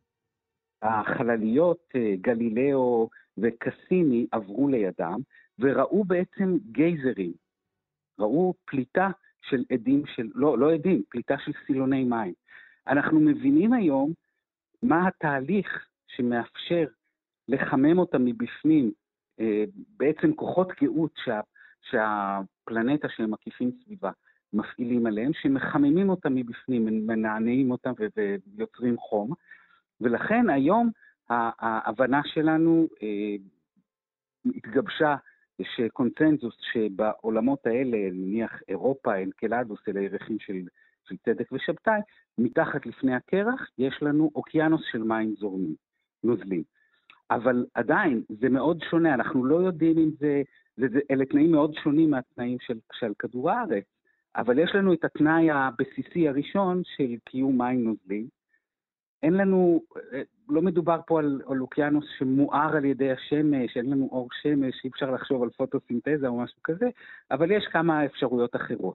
החלליות, גלילאו וקסיני עברו לידם, וראו בעצם גייזרים. ראו פליטה של עדים, של, לא, לא עדים, פליטה של סילוני מים. אנחנו מבינים היום מה התהליך שמאפשר לחמם אותם מבפנים, בעצם כוחות גאות שה, שהפלנטה שהם מקיפים סביבה מפעילים עליהם, שמחממים אותם מבפנים, מנענעים אותם ויוצרים חום, ולכן היום ההבנה שלנו אה, התגבשה, יש קונצנזוס שבעולמות האלה, נניח אירופה, אנקלדוס, אלה ירחים של, של צדק ושבתאי, מתחת לפני הקרח יש לנו אוקיינוס של מים זורמים, נוזלים. אבל עדיין זה מאוד שונה, אנחנו לא יודעים אם זה, זה, זה אלה תנאים מאוד שונים מהתנאים של, של כדור הארץ, אבל יש לנו את התנאי הבסיסי הראשון של קיום מים נוזלים. אין לנו, לא מדובר פה על, על אוקיינוס שמואר על ידי השמש, אין לנו אור שמש, אי אפשר לחשוב על פוטוסינתזה או משהו כזה, אבל יש כמה אפשרויות אחרות.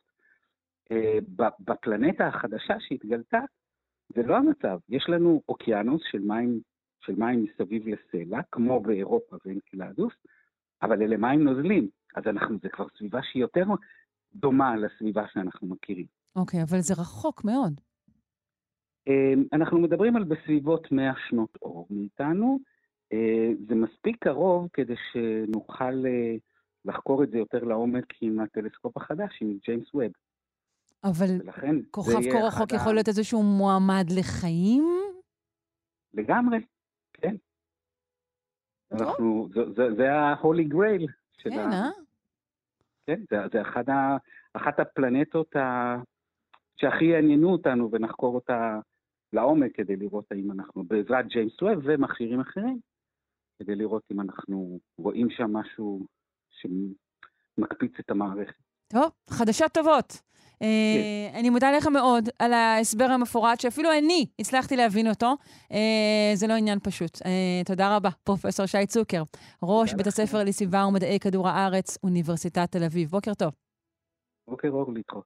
בפלנטה החדשה שהתגלתה, זה לא המצב. יש לנו אוקיינוס של מים, של מים מסביב לסלע, כמו באירופה ואנקלדוס, אבל אלה מים נוזלים. אז אנחנו, זה כבר סביבה שהיא יותר דומה לסביבה שאנחנו מכירים. אוקיי, אבל זה רחוק מאוד. אנחנו מדברים על בסביבות מאה שנות אור מאיתנו. זה מספיק קרוב כדי שנוכל לחקור את זה יותר לעומק עם הטלסקופ החדש, עם ג'יימס ווב. אבל כוכב כה רחוק יכול להיות איזשהו מועמד לחיים? לגמרי, כן. אנחנו, זה, זה, זה ה-Holy Grail של כן, ה... אה? כן, זה, זה אחד ה, אחת הפלנטות ה, שהכי יעניינו אותנו ונחקור אותה לעומק כדי לראות האם אנחנו, בעזרת ג'יימס ווב ומכשירים אחרים, כדי לראות אם אנחנו רואים שם משהו שמקפיץ את המערכת. טוב, חדשות טובות. Uh, אני מודה לך מאוד על ההסבר המפורט, שאפילו אני הצלחתי להבין אותו. Uh, זה לא עניין פשוט. Uh, תודה רבה, פרופסור שי צוקר, ראש בית הספר לסביבה ומדעי כדור הארץ, אוניברסיטת תל אביב. בוקר טוב. בוקר אור, להתראות.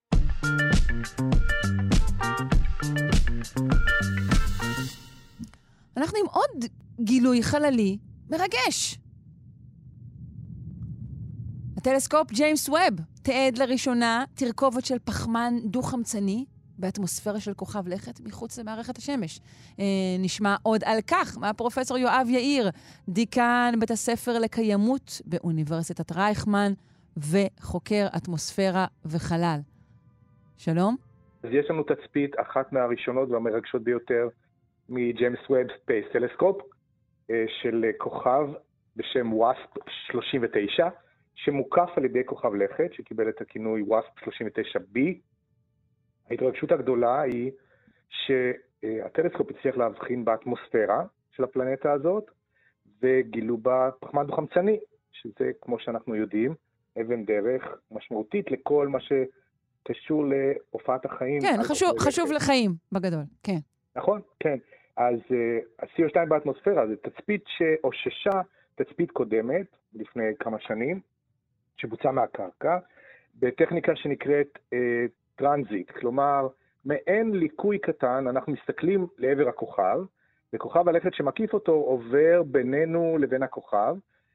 אנחנו עם עוד גילוי חללי מרגש. הטלסקופ ג'יימס ווב תיעד לראשונה תרכובת של פחמן דו-חמצני באטמוספירה של כוכב לכת מחוץ למערכת השמש. אה, נשמע עוד על כך מהפרופסור יואב יאיר, דיקן בית הספר לקיימות באוניברסיטת רייכמן וחוקר אטמוספירה וחלל. שלום. אז יש לנו תצפית אחת מהראשונות והמרגשות ביותר מג'יימס ווב ספייס טלסקופ של כוכב בשם וואספ שלושים ותשע, שמוקף על ידי כוכב לכת, שקיבל את הכינוי וואספ שלושים ותשע בי. ההתרגשות הגדולה היא הטלסקופ הצליח להבחין באטמוספירה של הפלנטה הזאת, וגילו בה פחמן דו-חמצני, שזה, כמו שאנחנו יודעים, אבן דרך משמעותית לכל מה שקשור להופעת החיים. כן, חשוב, חשוב לחיים, בגדול, כן. נכון, כן. אז ה-סי או שתיים באטמוספירה זה תצפית שאוששה תצפית קודמת, לפני כמה שנים, שבוצעה מהקרקע, בטכניקה שנקראת אה, טרנזיט, כלומר, מעין ליקוי קטן, אנחנו מסתכלים לעבר הכוכב, וכוכב הלכת שמקיף אותו עובר בינינו לבין הכוכב,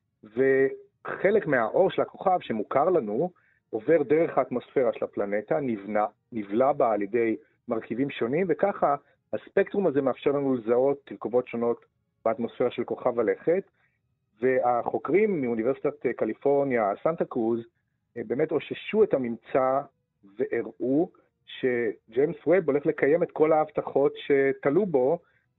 וחלק מהאור של הכוכב שמוכר לנו, עובר דרך האטמוספירה של הפלנטה, נבנה, נבלע בה על ידי מרכיבים שונים, וככה הספקטרום הזה מאפשר לנו לזהות תרכובות שונות באטמוספירה של כוכב הלכת, והחוקרים מאוניברסיטת קליפורניה, סנטה קרוז, באמת אוששו את הממצא והראו שג'יימס ווב הולך לקיים את כל ההבטחות שתלו בו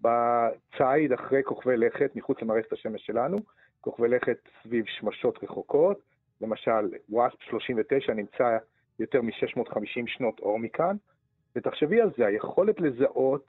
בצייד אחרי כוכבי לכת מחוץ למערכת השמש שלנו, כוכבי לכת סביב שמשות רחוקות, למשל וואספ שלושים ותשע נמצא יותר מ-שש מאות וחמישים שנות אור מכאן, ותחשבי על זה, היכולת לזהות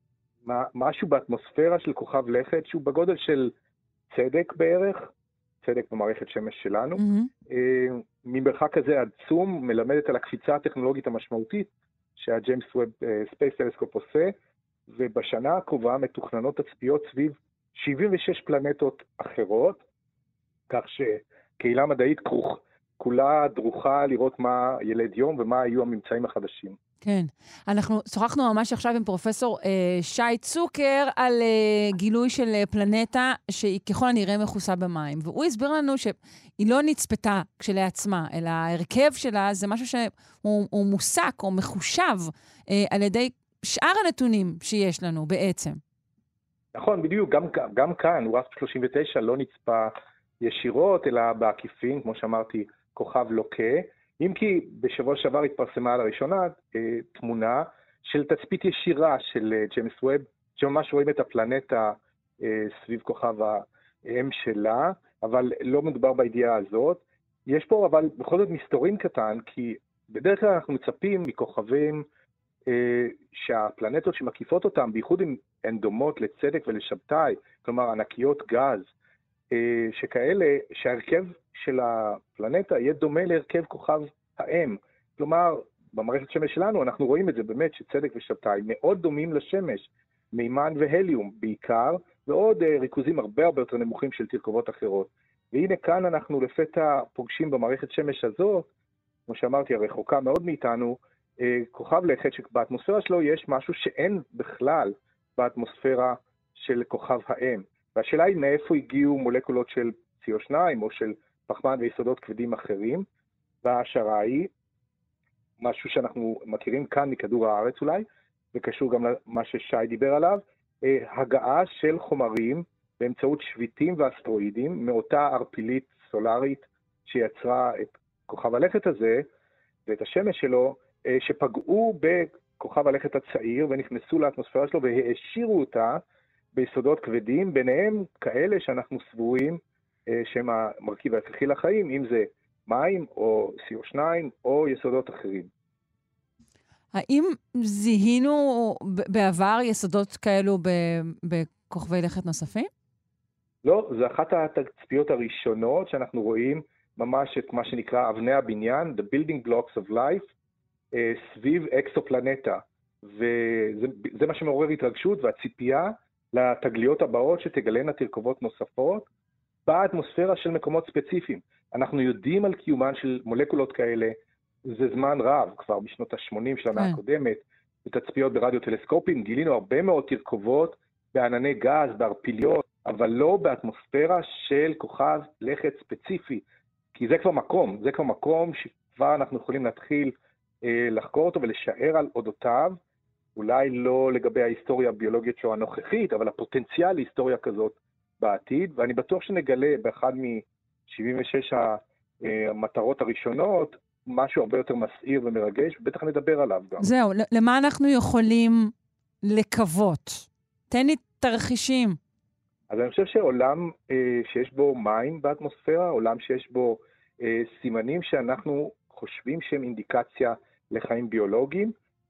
משהו באטמוספירה של כוכב לכת שהוא בגודל של צדק בערך, צדק במערכת שמש שלנו, mm-hmm. ממרחק כזה עצום מלמדת על הקפיצה הטכנולוגית המשמעותית שהג'יימס ווב ספייס טלסקופ עושה, ובשנה הקרובה מתוכננות תצפיות סביב שבעים ושש פלנטות אחרות, כך שקהילה מדעית כרוך, כולה דרוכה לראות מה ילד יום ומה היו הממצאים החדשים. כן. אנחנו שוחחנו ממש עכשיו עם פרופסור אה, שי צוקר על אה, גילוי של אה, פלנטה שהיא ככל הנראה מכוסה במים. והוא הסביר לנו שהיא לא נצפתה כשלעצמה, אלא ההרכב שלה זה משהו שהוא מוסק או מחושב אה, על ידי שאר הנתונים שיש לנו בעצם. נכון, בדיוק. גם, גם כאן, וואספ שלושים ותשע לא נצפה ישירות, אלא בעקיפין, כמו שאמרתי, כוכב לוקה. אם כי בשבוע שעבר התפרסמה לראשונה אה, תמונה של תצפית ישירה של אה, ג'יימס ווב, שממש רואים את הפלנטה אה, סביב כוכב האם שלה, אבל לא מדובר בידיעה הזאת. יש פה אבל בכל זאת מסתורין קטן, כי בדרך כלל אנחנו מצפים מכוכבים אה, שהפלנטות שמקיפות אותם, בייחוד אם הן דומות לצדק ולשבתאי, כלומר ענקיות גז, אה, שכאלה שהרכב של הפלנטה יהיה דומה להרכב כוכב האם. כלומר, במערכת שמש שלנו אנחנו רואים את זה באמת שצדק ושבתאי מאוד דומים לשמש, מימן והליום בעיקר, ועוד uh, ריכוזים הרבה הרבה יותר נמוכים של תרכובות אחרות. והנה כאן אנחנו לפתע פוגשים במערכת שמש הזאת, כמו שאמרתי, הרחוקה מאוד מאיתנו, uh, כוכב לכת שבאטמוספירה שלו יש משהו שאין בכלל באטמוספירה של כוכב האם. והשאלה היא מאיפה הגיעו מולקולות של סי או שתיים או של פחמן ויסודות כבדים אחרים, וההשערה היא משהו שאנחנו מכירים כאן מכדור הארץ אולי, וקשור גם למה ששי דיבר עליו, הגעה של חומרים באמצעות שביטים ואסטרואידים מאותה ערפילית סולארית שיצרה את כוכב הלכת הזה ואת השמש שלו, שפגעו בכוכב הלכת הצעיר ונכנסו לאטמוספירה שלו והעשירו אותה ביסודות כבדים, ביניהם כאלה שאנחנו סבורים שהם המרכיב ההכרחי לחיים, אם זה מים או סי או שתיים או יסודות אחרים. האם זיהינו בעבר יסודות כאלו בכוכבי לכת נוספים? לא, זו אחת התצפיות הראשונות שאנחנו רואים ממש את מה שנקרא אבני הבניין, the building blocks of life, סביב אקסופלנטה. וזה מה שמעורר התרגשות והציפייה לתגליות הבאות שתגלנה תרכובות נוספות באטמוספירה של מקומות ספציפיים. אנחנו יודעים על קיומן של מולקולות כאלה זה זמן רב, כבר בשנות ה-שמונים של המאה הקודמת, בתצפיות ברדיו-טלסקופים, גילינו הרבה מאוד תרכובות בענני גז, בערפיליות, אבל לא באטמוספירה של כוכב לכת ספציפי, כי זה כבר מקום, זה כבר מקום שכבר אנחנו יכולים להתחיל אה, לחקור אותו ולשער על אודותיו, אולי לא לגבי ההיסטוריה הביולוגית שלו הנוכחית, אבל הפוטנציאל להיסטוריה כזאת בעתיד, ואני בטוח שנגלה באחד מ-שבעים ושש המטרות הראשונות, משהו הרבה יותר מסעיר ומרגש, ובטח נדבר עליו גם. זהו, למה אנחנו יכולים לקוות? תן לי תרחישים. אז אני חושב שעולם אה, שיש בו מים באטמוספירה, עולם שיש בו אה, סימנים שאנחנו חושבים שהם אינדיקציה לחיים ביולוגיים,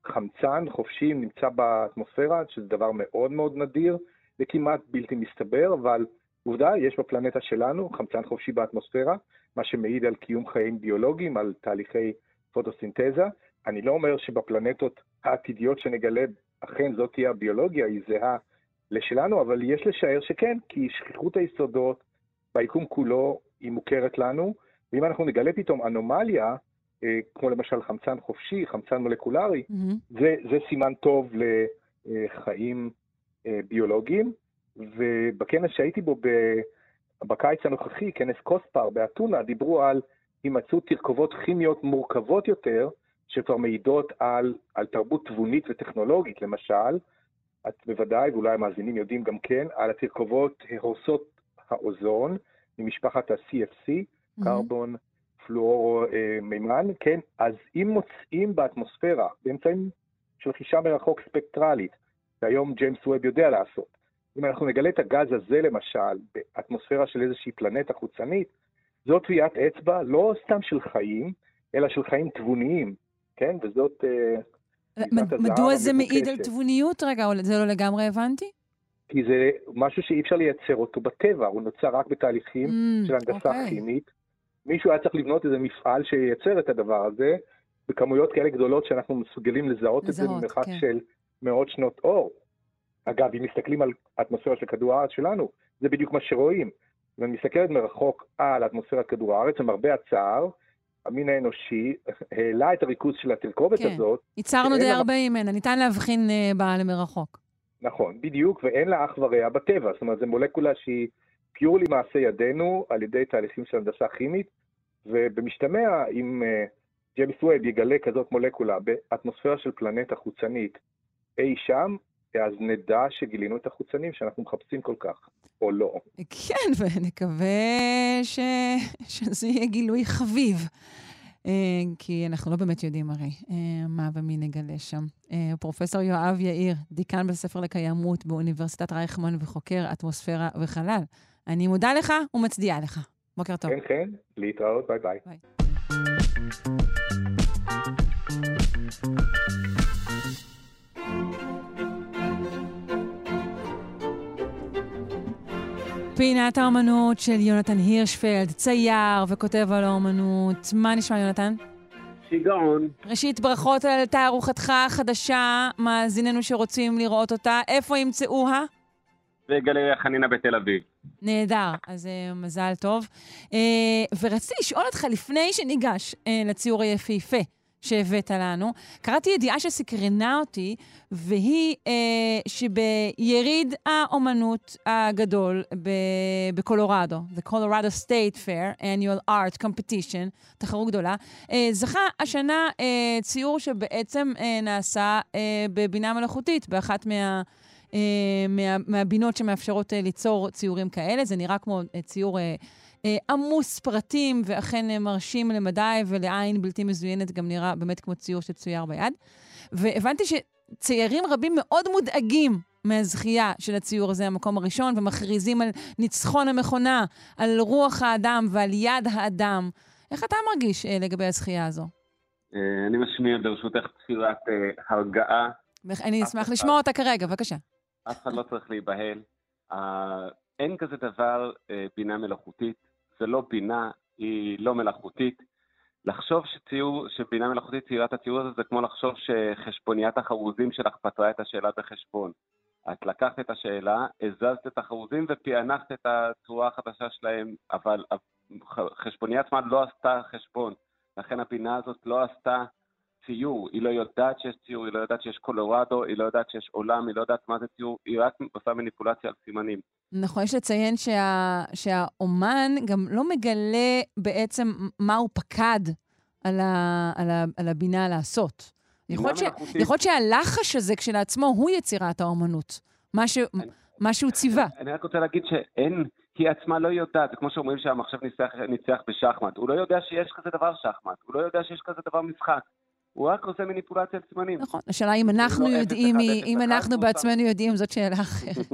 חמצן חופשי נמצא באטמוספירה, שזה דבר מאוד מאוד נדיר וכמעט בלתי מסתבר, אבל עובדה, יש בפלנטה שלנו חמצן חופשי באטמוספירה, מה שמעיד על קיום חיים ביולוגיים, על תהליכי פוטוסינתזה. אני לא אומר שבפלנטות העתידיות שנגלה, אכן זאת תהיה הביולוגיה, היא זהה לשלנו, אבל יש לשער שכן, כי שכיחות היסודות ביקום כולו היא מוכרת לנו, ואם אנחנו נגלה פתאום אנומליה, כמו למשל חמצן חופשי, חמצן מולקולרי, mm-hmm. זה, זה סימן טוב לחיים ביולוגיים, ובכנס שהייתי בו בקיץ הנוכחי, כנס קוספר באתונה, דיברו על הימצאות תרכובות כימיות מורכבות יותר, שכבר מעידות על, על תרבות תבונית וטכנולוגית, למשל, את בוודאי, ואולי המאזינים יודעים גם כן, על התרכובות הורסות האוזון, ממשפחת ה-סי אף סי, mm-hmm. קרבון, פלואורו מימן, כן? אז אם מוצאים באטמוספירה, באמצעים של חישה מרחוק ספקטרלית, והיום ג'יימס ווב יודע לעשות, אם אנחנו נגלה את הגז הזה למשל, באטמוספירה של איזושהי פלנטה חוצנית, זאת טביעת אצבע לא סתם של חיים, אלא של חיים תבוניים, כן? וזאת... מדוע זה מעיד על תבוניות? רגע, זה לא לגמרי הבנתי? כי זה משהו שאי אפשר לייצר אותו בטבע, הוא נוצר רק בתהליכים של הנדסה כימית. מישהו היה צריך לבנות איזה מפעל שייצר את הדבר הזה, בכמויות כאלה גדולות שאנחנו מסוגלים לזהות את זה במרחק של מאות שנות אור. אגב, אם מסתכלים על האטמוספירה של כדור הארץ שלנו, זה בדיוק מה שרואים. אם אני מסתכלת מרחוק על האטמוספירת כדור הארץ, למרבה הצער, המין האנושי העלה את הריכוז של התרכובת כן. הזאת. ייצרנו די הרבה ממנה, ניתן להבחין uh, בה למרחוק. נכון, בדיוק, ואין לה אח ורע בטבע. זאת אומרת, זו מולקולה שהיא פיורלי מעשה ידינו על ידי תהליכים של הנדסה כימית, ובמשתמע, אם uh, ג'יימס ווב יגלה כזאת מולקולה באטמוספירה של פלנטה חוצנית אי שם, אז נדע שגילינו את החוצנים שאנחנו מחפשים כל כך, או לא. כן, ונקווה ש... שזה יהיה גילוי חביב. כי אנחנו לא באמת יודעים הרי מה ומי נגלה שם. פרופסור יואב יאיר, דיקן בספר לקיימות באוניברסיטת רייכמן וחוקר אטמוספירה וחלל. אני מודה לך ומצדיעה לך. בוקר טוב. כן, כן, להתראות, ביי ביי. ביי. פינת האומנות של יונתן הירשפלד, צייר וכותב על האומנות. מה נשמע, יונתן? שיגעון. ראשית, ברכות על תערוכתך החדשה, מאזיננו שרוצים לראות אותה. איפה ימצאוה? בגלריה חנינה בתל אביב. נהדר, אז uh, מזל טוב. Uh, ורציתי לשאול אותך לפני שניגש uh, לציור היפהפה שהבאת לנו, קראתי ידיעה שסקרנה אותי, והיא אה, שביריד האומנות הגדול ב- בקולורדו, the Colorado State Fair, Annual Art Competition, תחרות גדולה, אה, זכה השנה אה, ציור שבעצם אה, נעשה אה, בבינה מלאכותית, באחת מה... אה, מה, מהבינות שמאפשרות אה, ליצור ציורים כאלה. זה נראה כמו אה, ציור... אה, עמוס פרטים, ואכן מרשים למדי ולעין בלתי מזוינת, גם נראה באמת כמו ציור שצויר ביד. והבנתי שציירים רבים מאוד מודאגים מהזכייה של הציור הזה, המקום הראשון, ומכריזים על ניצחון המכונה, על רוח האדם ועל יד האדם. איך אתה מרגיש לגבי הזכייה הזו? אני משמיע ברשותך תפילת הרגעה. אני אשמח לשמוע אותה כרגע, בבקשה. אף אחד לא צריך להיבהל. אין כזה דבר בינה מלאכותית. זה לא בינה, היא לא מלאכותית. לחשוב שציור, שבינה מלאכותית ציירה את הציור הזה, זה כמו לחשוב שחשבוניית החרוזים שלך פתרה את השאלה בחשבון. את לקחת את השאלה, הזזת את החרוזים ופענחת את הצורה החדשה שלהם, אבל חשבוניית עצמה לא עשתה חשבון. לכן הבינה הזאת לא עשתה ציור. היא לא יודעת שיש ציור, היא לא יודעת שיש קולורדו, היא לא יודעת שיש עולם, היא לא יודעת מה זה ציור, היא רק עושה מניפולציה על סימנים. נכון, יש לציין שה, שהאומן גם לא מגלה בעצם מה הוא פקד על, ה, על, ה, על הבינה לעשות. יכול להיות שהלחש הזה כשלעצמו הוא יצירת האומנות, מה, ש, אני, מה שהוא ציווה. אני רק רוצה להגיד שאין, היא עצמה לא יודעת, זה כמו שאומרים שהמחשב ניצח, ניצח בשחמט, הוא לא יודע שיש כזה דבר שחמט, הוא לא יודע שיש כזה דבר משחק. הוא רק עושה מניפולציה על סימנים. נכון, השאלה אם אנחנו יודעים, אם אנחנו בעצמנו יודעים, זאת שאלה אחרת.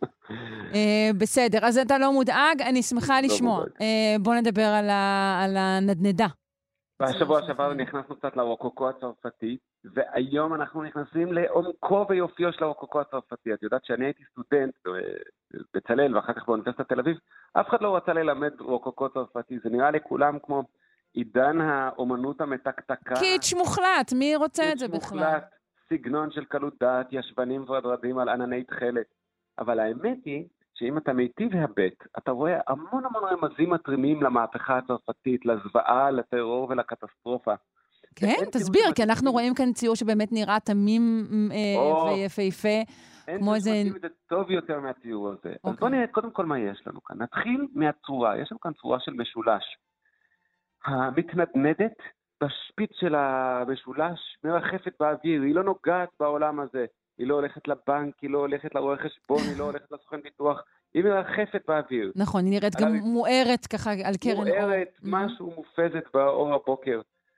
בסדר, אז אתה לא מודאג, אני שמחה לשמוע. בוא נדבר על הנדנדה. בשבוע שעבר נכנסנו קצת לרוקוקו הצרפתי, והיום אנחנו נכנסים לעומקו ויופיו של הרוקוקו הצרפתי. את יודעת שאני הייתי סטודנט בצלאל ואחר כך באוניברסיטת תל אביב, אף אחד לא רצה ללמד רוקוקו צרפתי, זה נראה לכולם כמו עידן האומנות המתקתקה. קיץ' מוחלט, מי רוצה את זה בכלל? קיץ' מוחלט, סגנון של קלות דעת, ישבנים ורדרדים על ענני תכלת. אבל האמת היא שאם אתה מיטיב הבט, אתה רואה המון המון רמזים מתרימים למהפכה הצרפתית, לזוועה, לטרור ולקטסטרופה. כן, תסביר, כי אנחנו רואים כאן ציור שבאמת נראה תמים ויפהפה, כמו איזה... אין תסבירים את זה טוב יותר מהציור הזה. אז בוא נראה קודם כל מה יש לנו כאן. נתחיל מהצורה, יש לנו כאן צורה של משולש. המתנדנדת בשפיץ של המשולש מרחפת באוויר, היא לא נוגעת בעולם הזה. היא לא הולכת לבנק, היא לא הולכת לרואה חשבון, היא לא הולכת לסוכן ביטוח, היא מרחפת באוויר. נכון, היא נראית גם מוארת ככה על קרן אור. מוארת, משהו מופזת באור הבוקר.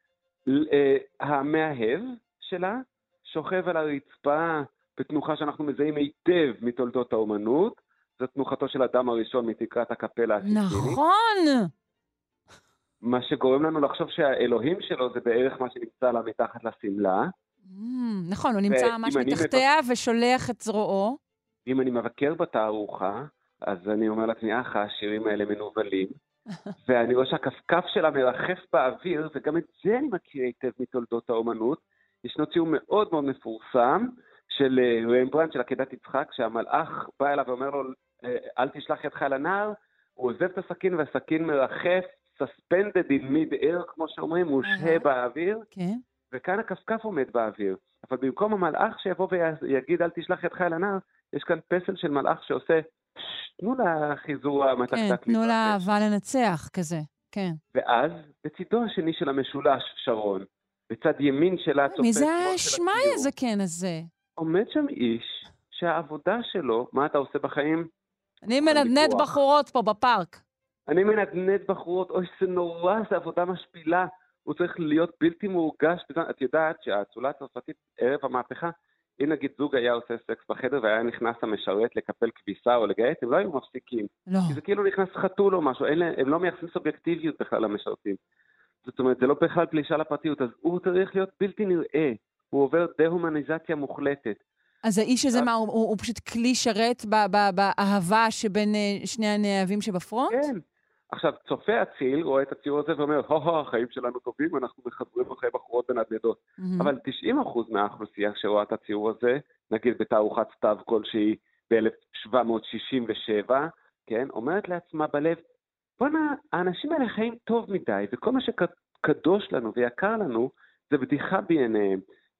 המאהב שלה שוכב על הרצפה בתנוחה שאנחנו מזהים היטב מתולדות האומנות, זו תנוחתו של אדם הראשון מתקרת הקפלה הסיסטינית. נכון! מה שגורם לנו לחשוב שהאלוהים שלו זה בערך מה שנמצא לה מתחת לסמלה. נכון, הוא נמצא ממש מתחתיה ושולח את זרועו. אם אני מבקר בתערוכה, אז אני אומר לעצמי, אך, השירים האלה מנובלים, ואני רואה שהכפכף שלה מרחף באוויר, וגם את זה אני מכיר היטב מתולדות האומנות. ישנו ציור מאוד מאוד מפורסם של רמברנדט, של עקדת יצחק, שהמלאך בא אליו ואומר לו, אל תשלח ידך לנער, הוא עוזב את הסכין והסכין מרחף, suspended in mid-air, כמו שאומרים, מושהה באוויר. כן. וכאן הכפכף עומד באוויר. אבל במקום המלאך שיבוא ויגיד אל תשלח ידך אל הנער, יש כאן פסל של מלאך שעושה, תנו לה חיזור המתקתק. כן, תנו לה אהבה לנצח כזה, כן. ואז, בצדו השני של המשולש, שרון, בצד ימין שלה צופה... מי זה השמאי הזה כן הזה? עומד שם איש שהעבודה שלו, מה אתה עושה בחיים? אני מנדנד בחורות פה בפארק. אני מנדנד בחורות, אוי, זה נורא, זה עבודה משפילה. הוא צריך להיות בלתי מורגש. את יודעת שהאצולה הצרפתית ערב המהפכה, אם נגיד זוג היה עושה סקס בחדר והיה נכנס המשרת לקפל כביסה או לגייס, הם לא היו מפסיקים. לא. כי זה כאילו נכנס חתול או משהו, הם לא מייחסים סובייקטיביות בכלל למשרתים. זאת אומרת, זה לא בכלל פלישה לפרטיות, אז הוא צריך להיות בלתי נראה. הוא עובר דה-הומניזציה מוחלטת. אז האיש הזה, מה, הוא, הוא פשוט כלי שרת באהבה שבין שני הנאהבים שבפרונט? כן. עכשיו, צופה אציל רואה את הציור הזה ואומר, הו, החיים שלנו טובים, אנחנו מחזרים אחרי בחורות בנדנדות. Mm-hmm. אבל תשעים אחוז מהאוכלוסייה שרואה את הציור הזה, נגיד בתערוכת סתיו כלשהי ב-אלף שבע מאות שישים ושבע, כן, אומרת לעצמה בלב, בוא'נה, האנשים האלה חיים טוב מדי, וכל מה שקדוש לנו ויקר לנו, זה בדיחה בעיניהם.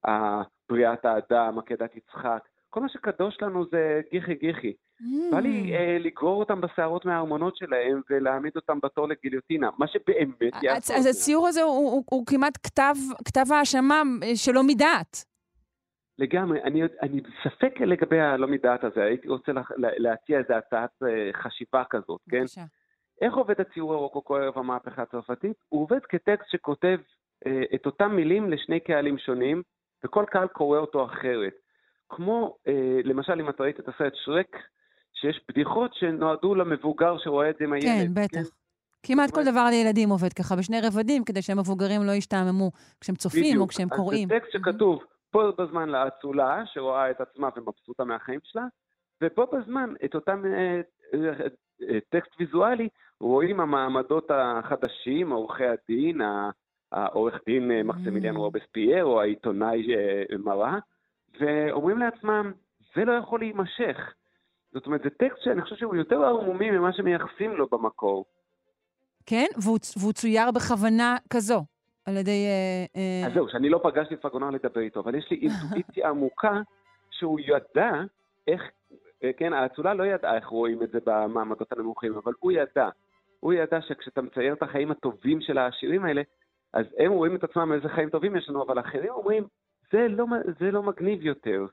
בריאת האדם, עקדת יצחק, כל מה שקדוש לנו זה גיחי גיחי. בא לי אה, לגרור אותם בשערות מההרמונות שלהם ולהעמיד אותם בתור לגיליוטינה, מה שבאמת יעשו. אז הציור הזה הוא, הוא, הוא כמעט כתב, כתב האשמה שלא מדעת. לגמרי, אני, אני ספק לגבי הלא מדעת הזה, הייתי רוצה לה, להציע איזו הצעת חשיבה כזאת, כן? בבקשה. איך עובד הציור הרוקוקו ערב המהפכה הצרפתית? הוא עובד כטקסט שכותב אה, את אותם מילים לשני קהלים שונים, וכל קהל קורא אותו אחרת. כמו, אה, למשל, אם אתה ראית את הסרט שרק, שיש בדיחות שנועדו למבוגר שרואה את זה עם הילד. כן, בטח. כן? כמעט כל דבר לילדים עובד ככה, בשני רבדים, כדי שהמבוגרים לא ישתעממו כשהם צופים בדיוק. או כשהם קוראים. אז זה טקסט שכתוב פה בזמן לאצולה, שרואה את עצמה ומבסוטה מהחיים שלה, ופה בזמן את אותם אה, אה, טקסט ויזואלי, רואים המעמדות החדשים, עורכי הדין, העורך דין אה, מקסימיליאן רובספייר, או העיתונאי אה, מראה, ואומרים לעצמם, זה לא יכול להימשך. זאת אומרת, זה טקסט שאני חושב שהוא יותר ערמומי ממה שמייחסים לו במקור. כן, והוא, והוא צויר בכוונה כזו, על ידי... אז זהו, שאני לא פגשתי את פגונר לדבר איתו, אבל יש לי אינטואיציה עמוקה שהוא ידע איך, כן, האצולה לא ידעה איך רואים את זה במעמדות הנמוכים, אבל הוא ידע. הוא ידע שכשאתה מצייר את החיים הטובים של העשירים האלה, אז הם רואים את עצמם איזה חיים טובים יש לנו, אבל אחרים אומרים, זה לא, זה לא מגניב יותר.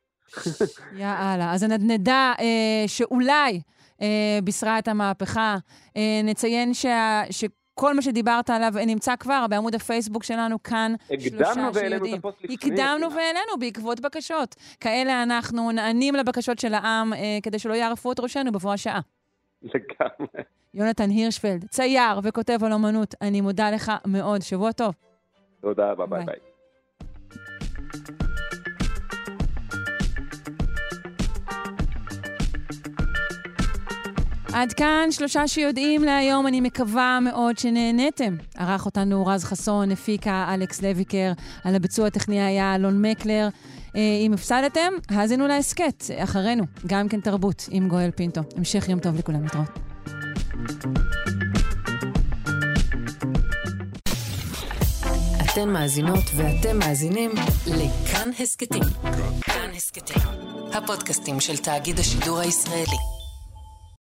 יאללה, אז הנדנדה אה, שאולי אה, בישרה את המהפכה, אה, נציין שה, שכל מה שדיברת עליו נמצא כבר בעמוד הפייסבוק שלנו כאן, הקדמנו והעלינו את הפוסט לפני. הקדמנו והעלינו בעקבות בקשות. כאלה אנחנו נענים לבקשות של העם, אה, כדי שלא יערפו את ראשנו בבוא השעה. לגמרי. יונתן הירשפלד, צייר וכותב על אומנות, אני מודה לך מאוד, שבוע טוב. תודה, ביי ביי. ביי. עד כאן שלושה שיודעים להיום, אני מקווה מאוד שנהניתם. ערך אותנו רז חסון, הפיקה אלכס לויקר, על הביצוע הטכני היה אלון מקלר. אם הפסדתם, האזינו להסכת, אחרינו, גם כן תרבות עם גואל פינטו. המשך יום טוב לכולם, להתראות. אתן מאזינות ואתם מאזינים לכאן הסכתים. כאן הסכתים, הפודקאסטים של תאגיד השידור הישראלי.